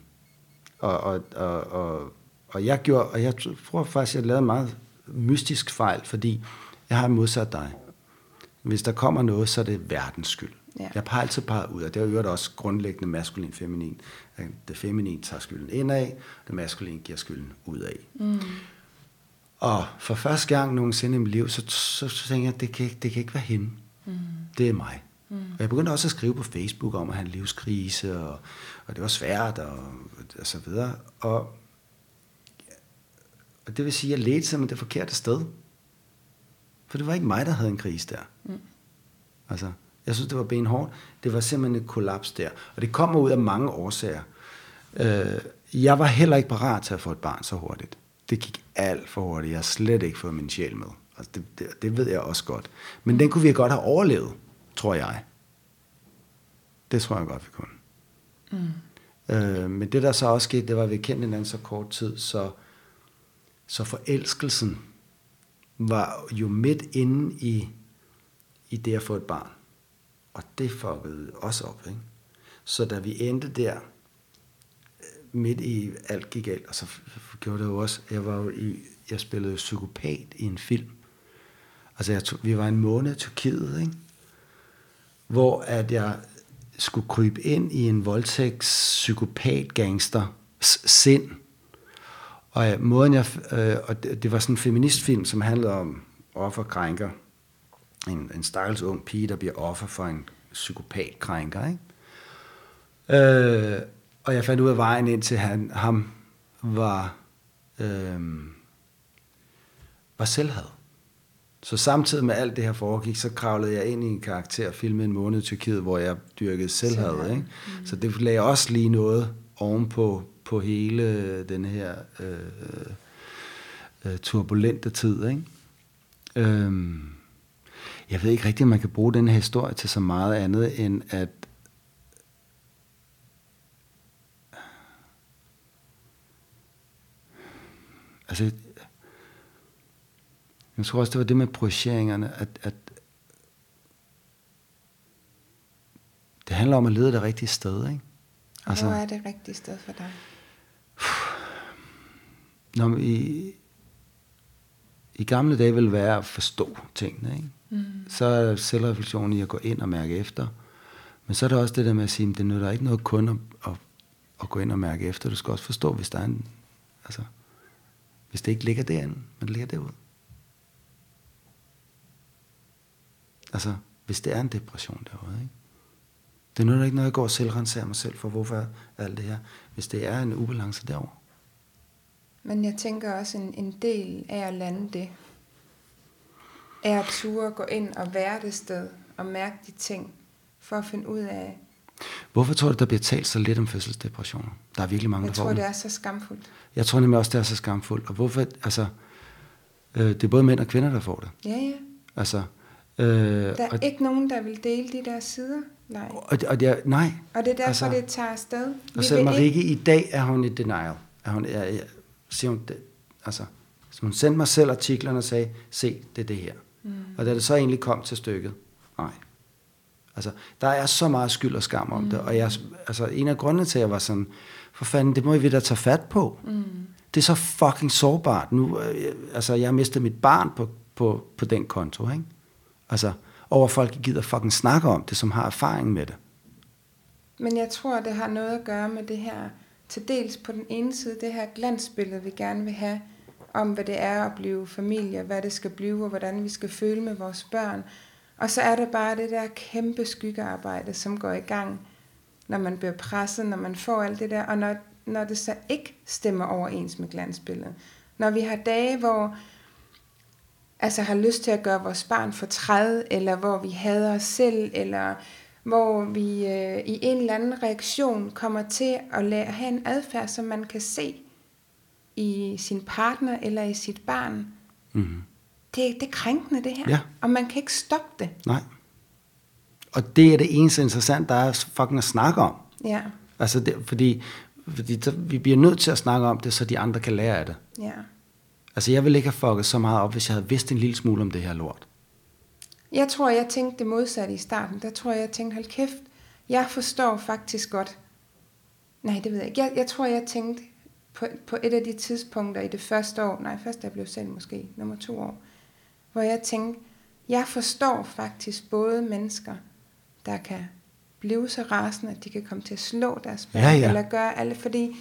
Og jeg gjorde... Og jeg tror faktisk, jeg lavede en meget mystisk fejl, fordi jeg har modsat dig. Hvis der kommer noget, så er det verdens skyld. Ja. Jeg har altid peget ud, og det er jo også grundlæggende maskulin-feminin. Det feminine tager skylden indad, det maskuline giver skylden udad. Og for første gang nogensinde i mit liv, så tænkte jeg, at det kan ikke være hende. Det er mig. Og jeg begyndte også at skrive på Facebook om at have en livskrise, og det var svært, og så videre. Og det vil sige, at jeg ledte simpelthen det forkerte sted. For det var ikke mig, der havde en krise der. Altså, jeg synes, det var benhårdt. Det var simpelthen et kollaps der. Og det kommer ud af mange årsager. Jeg var heller ikke parat til at få et barn så hurtigt. Det gik alt for hurtigt. Jeg har slet ikke fået min sjæl med. Altså, det ved jeg også godt. Men den kunne vi godt have overlevet, tror jeg. Det tror jeg godt, vi kunne. Men det, der så også skete, det var, at vi kendte hinanden så kort tid, så forelskelsen var jo midt inde i det at få et barn. Og det fuckede også op, ikke? Så da vi endte der, midt i alt gik galt, og så gjorde det jo også, jeg spillede psykopat i en film. Altså vi var en måned i Tyrkiet, ikke? Hvor at jeg skulle krybe ind i en voldtægtspsykopat-gangsters sind. Og måden og det var sådan en feministfilm, som handlede om offerkrænker. En stakkels ung pige, der bliver offer for en psykopatkrænker, ikke? Og jeg fandt ud af vejen ind til ham var selvhad. Så samtidig med alt det her foregik, så kravlede jeg ind i en karakter og filmede en måned i Tyrkiet, hvor jeg dyrkede selvhad, ikke? Så det lagde også lige noget ovenpå hele den her turbulente tid, ikke? Jeg ved ikke rigtigt, om man kan bruge den her historie til så meget andet, end at altså, jeg tror også, det var det med projiceringerne, at det handler om at lede det rigtige sted, ikke? Altså, hvor er det rigtige sted for dig? Når i gamle dage ville være at forstå tingene, ikke? Så er selvreflektion i at gå ind og mærke efter. Men så er der også det der med at sige, at det nytter ikke noget kun at gå ind og mærke efter. Du skal også forstå, hvis der er hvis det ikke ligger derinde, men det ligger derude. Altså, hvis det er en depression derude, ikke? Det nytter ikke noget, at jeg går og selvrenser mig selv for, hvorfor er alt det her, hvis det er en ubalance derovre. Men jeg tænker også, en del af at lande det, er at ture gå ind og være det sted, og mærke de ting, for at finde ud af... Hvorfor tror du, der bliver talt så lidt om fødselsdepressioner? Der er virkelig mange, der får Jeg tror, dem. det er så skamfuldt. Jeg tror nemlig også, det er så skamfuldt. Og hvorfor, altså, det er både mænd og kvinder, der får det. Ja, ja. Altså, der er ikke nogen, der vil dele de der sider. Nej. Og det er, nej. Og det er derfor, det tager afsted. Og så Marieke, i dag er hun i denial. Siger hun, altså, så hun sendte mig selv artiklerne og sagde, se, det er det her. Og da det så egentlig kom til stykket, nej. Altså, der er så meget skyld og skam om det, og en af grundene til, at jeg var sådan, for fanden, det må vi da tage fat på. Det er så fucking sårbart. Nu, jeg har mistet mit barn på den konto, ikke? Altså, over folk gider fucking snakke om det, som har erfaring med det. Men jeg tror, det har noget at gøre med det her, til dels på den ene side, det her glansbillede, vi gerne vil have, om hvad det er at blive familie, hvad det skal blive, og hvordan vi skal føle med vores børn. Og så er det bare det der kæmpe skyggearbejde, som går i gang, når man bliver presset, når man får alt det der, og når det så ikke stemmer overens med glansbilledet. Når vi har dage, hvor altså har lyst til at gøre vores barn fortræd, eller hvor vi hader os selv, eller hvor vi i en eller anden reaktion kommer til at have en adfærd, som man kan se i sin partner eller i sit barn. Mm-hmm. Det er krænkende, det her. Ja. Og man kan ikke stoppe det. Nej. Og det er det eneste interessant, der er fucking at snakke om. Ja. Altså det, fordi vi bliver nødt til at snakke om det, så de andre kan lære af det. Ja. Altså jeg ville ikke have fucket så meget op, hvis jeg havde vidst en lille smule om det her lort. Jeg tror, jeg tænkte det modsatte i starten. Der tror jeg tænkte, hold kæft, jeg forstår faktisk godt. Nej, det ved jeg ikke. Jeg tror, jeg tænkte på et af de tidspunkter i det første år, først da jeg blev selv måske, nummer 2 år, hvor jeg tænkte, jeg forstår faktisk både mennesker, der kan blive så rasende, at de kan komme til at slå deres børn, eller gøre alle, fordi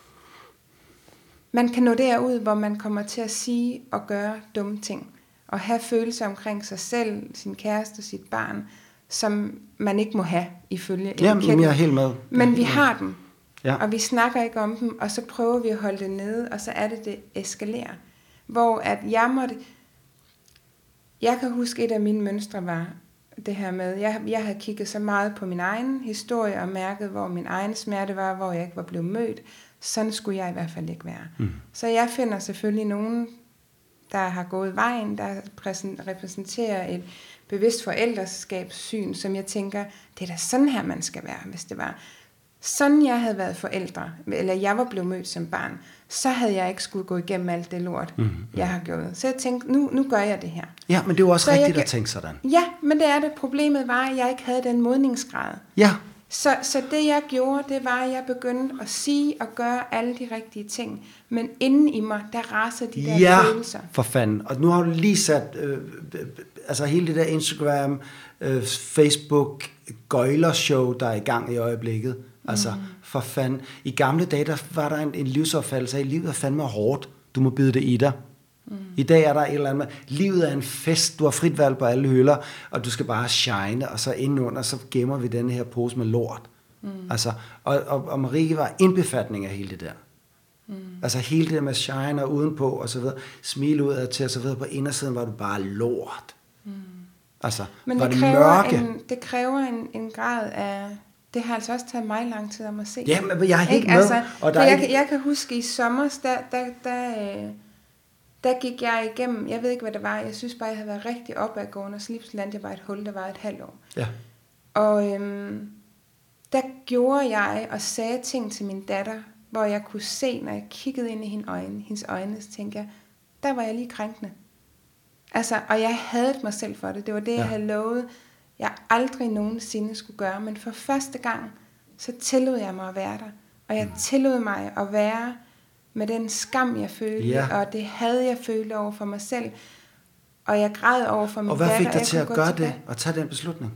man kan nå derud, hvor man kommer til at sige og gøre dumme ting, og have følelser omkring sig selv, sin kæreste, sit barn, som man ikke må have ifølge Jamen, jeg er helt med. Men vi har dem, og vi snakker ikke om dem, og så prøver vi at holde det nede, og så er det eskalerer. Hvor at jeg kan huske, et af mine mønstre var det her med, jeg havde kigget så meget på min egen historie, og mærket, hvor min egen smerte var, hvor jeg ikke var blevet mødt. Sådan skulle jeg i hvert fald ikke være. Mm. Så jeg finder selvfølgelig nogen, der har gået vejen, der repræsenterer et bevidst forældreskabssyn, som jeg tænker, det er da sådan her, man skal være, hvis det var sådan, jeg havde været forældre, eller jeg var blevet mødt som barn, så havde jeg ikke skulle gå igennem alt det lort, jeg har gjort. Så jeg tænkte, nu gør jeg det her. Ja, men det er jo også så rigtigt at tænke sådan. Ja, men det er det. Problemet var, at jeg ikke havde den modningsgrad. Ja. Så det jeg gjorde, det var, at jeg begyndte at sige og gøre alle de rigtige ting. Men inden i mig, der rasede de der følelser. For fanden. Og nu har du lige sat altså hele det der Instagram, Facebook, gøjlershow, der er i gang i øjeblikket. Altså, for fanden. I gamle dage, der var der en livsopfattelse af, at livet er fandme hårdt. Du må bide det i dig. I dag er der et eller andet med, livet er en fest, du har frit valg på alle hylder, og du skal bare shine, og så indenunder, så gemmer vi den her pose med lort. Altså, og Marie var indbefatning af hele det der. Altså hele det der med shine og udenpå, og så videre, smile ud af til, og så videre, på indersiden var du bare lort. Altså, men var det mørke. Det kræver en grad af, det har altså også taget mig lang tid om at se. Ja, men jeg er helt med. Altså, og jeg kan huske i sommer, der gik jeg igennem, jeg ved ikke, hvad det var, jeg synes bare, jeg havde været rigtig opadgående, og så lige landede jeg bare et hul, der var et halvt år. Ja. Og der gjorde jeg og sagde ting til min datter, hvor jeg kunne se, når jeg kiggede ind i hendes øjne, så tænkte jeg, der var jeg lige krænkende. Altså, og jeg hadede mig selv for det. Det var det, jeg havde lovet, jeg aldrig nogensinde skulle gøre. Men for første gang, så tillod jeg mig at være der. Og jeg tillod mig at være med den skam, jeg følte, og det had, jeg følte over for mig selv. Og jeg græd over for min datter. Og hvad fik dig til at gøre det, og tage den beslutning?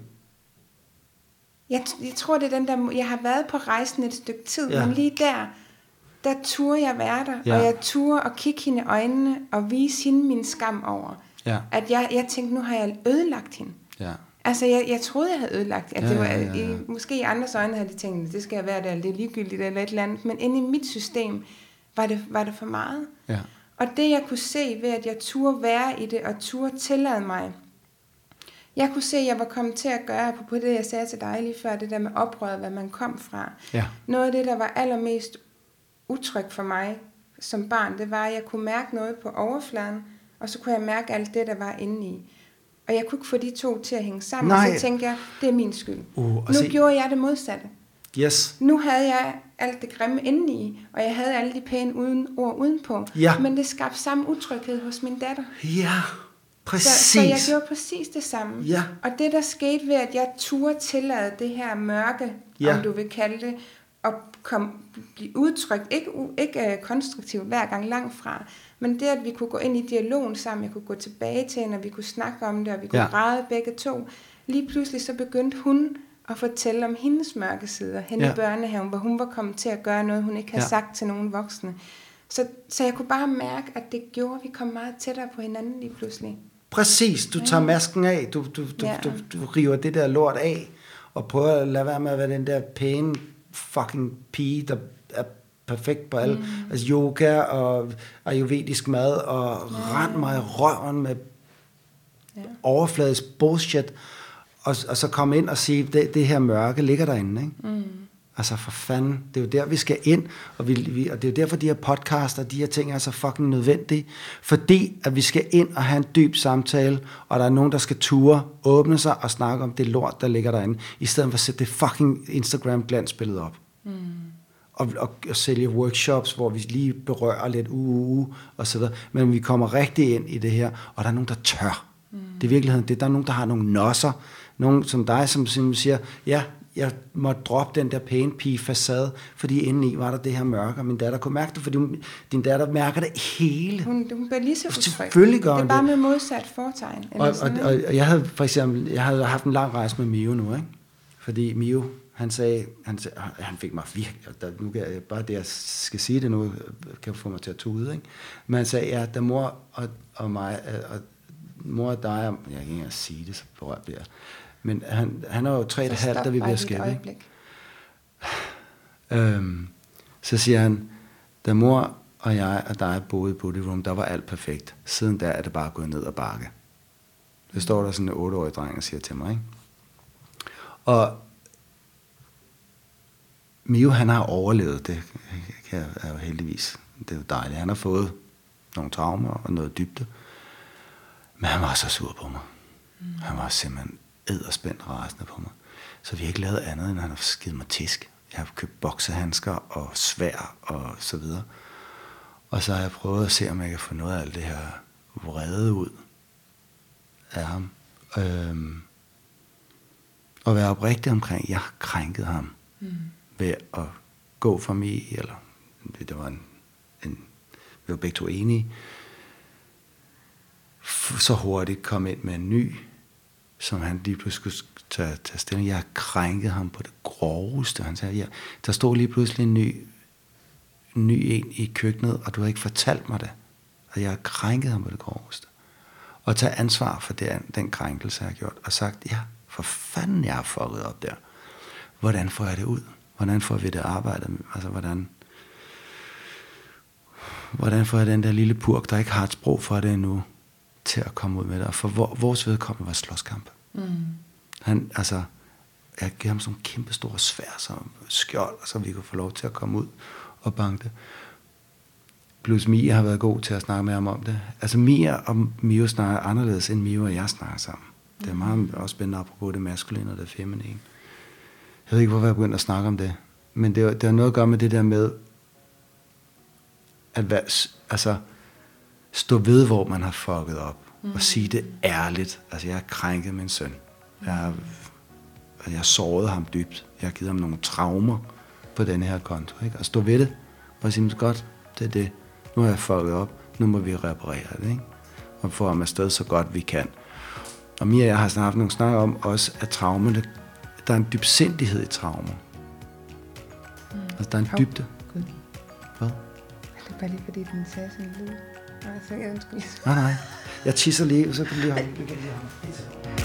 Jeg tror, det er den der, jeg har været på rejsen et stykke tid, men lige der turde jeg være der, og jeg turde at kigge hende i øjnene, og vise hende min skam over. Ja. At jeg tænkte, nu har jeg ødelagt hende. Ja. Altså, jeg troede, jeg havde ødelagt. At det var, måske i andres øjne havde de tænkt, det skal jeg være der, eller det er ligegyldigt, eller et eller andet. Men inde i mit system var det for meget. Ja. Og det, jeg kunne se ved, at jeg turde være i det, og turde tillade mig. Jeg kunne se, at jeg var kommet til at gøre, på det, jeg sagde til dig lige før, det der med oprøret, hvad man kom fra. Ja. Noget af det, der var allermest utryg for mig som barn, det var, at jeg kunne mærke noget på overfladen, og så kunne jeg mærke alt det, der var inde i. Og jeg kunne ikke få de to til at hænge sammen, og så tænkte jeg, det er min skyld. Nu gjorde jeg det modsatte. Yes. Nu havde jeg alt det grimme indeni, og jeg havde alle de pæne ord udenpå. Ja. Men det skabte samme utryghed hos min datter. Ja, præcis. Så jeg gjorde præcis det samme. Ja. Og det, der skete ved, at jeg turde tillade det her mørke, om du vil kalde det, og blive udtrykt, ikke konstruktivt hver gang langt fra, men det, at vi kunne gå ind i dialogen sammen, jeg kunne gå tilbage til hende, og vi kunne snakke om det, og vi kunne græde begge to. Lige pludselig så begyndte hun at fortælle om hendes mørke sider hen i børnehaven, hvor hun var kommet til at gøre noget, hun ikke havde sagt til nogen voksne. Så jeg kunne bare mærke, at det gjorde, at vi kom meget tættere på hinanden lige pludselig. Præcis, du tager masken af, du river det der lort af, og prøver at lade være med at være den der pæne fucking pige, der er perfekt på alle. Altså yoga og ayurvedisk mad, og rend mig i røven med overfladisk bullshit, og så komme ind og sige, det her mørke ligger derinde, ikke? Altså for fanden, det er jo der, vi skal ind, og det er jo derfor, de her podcaster, de her ting er så fucking nødvendige, fordi at vi skal ind og have en dyb samtale, og der er nogen, der skal ture, åbne sig og snakke om det lort, der ligger derinde, i stedet for at sætte det fucking Instagram-glansbillede op. Og sælge workshops, hvor vi lige berører lidt og så videre, men vi kommer rigtig ind i det her, og der er nogen, der tør. Det er virkeligheden, der er nogen, der har nogle nosser, nogen som dig, som siger, ja, jeg måtte droppe den der pæne pige facade, fordi indeni var der det her mørke, og min datter kunne mærke det, fordi din datter mærker det hele. Hun bliver lige så utryg. Selvfølgelig gør hun det. Det er bare med modsat fortegn. Og jeg havde for eksempel, haft en lang rejse med Mio nu, ikke? Fordi Mio, han fik mig virkelig, nu kan jeg, bare det, jeg skal sige det nu, kan få mig til at tude, ikke? Men han sagde, ja, da mor og mig, og mor og dig, jeg kan ikke engang sige det, så berørt bliver. Men han er jo 3,5, da vi bliver skilt. Så siger han, da mor og jeg og dig boede i Booty Room, der var alt perfekt. Siden da er det bare gået ned ad bakke. Det står der sådan en 8-årig dreng og siger til mig, ikke? Og Mio, han har overlevet det, er jo heldigvis. Det er jo dejligt. Han har fået nogle traumer og noget dybde. Men han var så sur på mig. Han var simpelthen edderspændt rasende på mig. Så vi har ikke lavet andet, end han har givet mig tisk. Jeg har købt boksehandsker og svær og så videre. Og så har jeg prøvet at se, om jeg kan få noget af alt det her vrede ud af ham. Og være oprigtig omkring, jeg har krænket ham ved at gå for mig, eller det var vi var begge to enige, så hurtigt kom ind med en ny, som han lige pludselig skulle tage stilling. Jeg har krænket ham på det groveste. Han sagde, der stod lige pludselig en ny en i køkkenet, og du har ikke fortalt mig det. Og jeg har krænket ham på det groveste. Og tage ansvar for den krænkelse, jeg har gjort, og sagt, ja, for fanden, jeg har fucket op der. Hvordan får jeg det ud? Hvordan får vi det arbejdet? Altså, hvordan får jeg den der lille purk, der ikke har et sprog for det endnu, til at komme ud med det? Og for vores vedkommende var slåskamp. Jeg gav ham sådan en kæmpe stor svær som skjold, så vi kunne få lov til at komme ud og banke det. Plus Mia har været god til at snakke med ham om det. Altså Mia og Mio snakker anderledes, end Mio og jeg snakker sammen. Det er meget også spændende apropos det maskuline og det feminine. Jeg ved ikke, hvorfor jeg begyndte at snakke om det. Men det har noget at gøre med det der med, at stå ved, hvor man har fucket op. Og sige det ærligt. Altså, jeg har krænket min søn. Jeg har såret ham dybt. Jeg har givet ham nogle traumer på denne her konto. Ikke? Og stå ved det. Og sige, godt, det er det. Nu har jeg fucket op. Nu må vi reparere det. Ikke? Og få ham afsted så godt vi kan. Og Mia og jeg har haft nogle snakker om også, at traumerne, der er en dybsindighed i traumer. Altså, der er en dybde. Gud. Hvad? Det er bare lige fordi, den sagde sådan en lyd. Nej, så jeg ønsker lige. Nej. Jeg tisser lige, så kan du lige holde.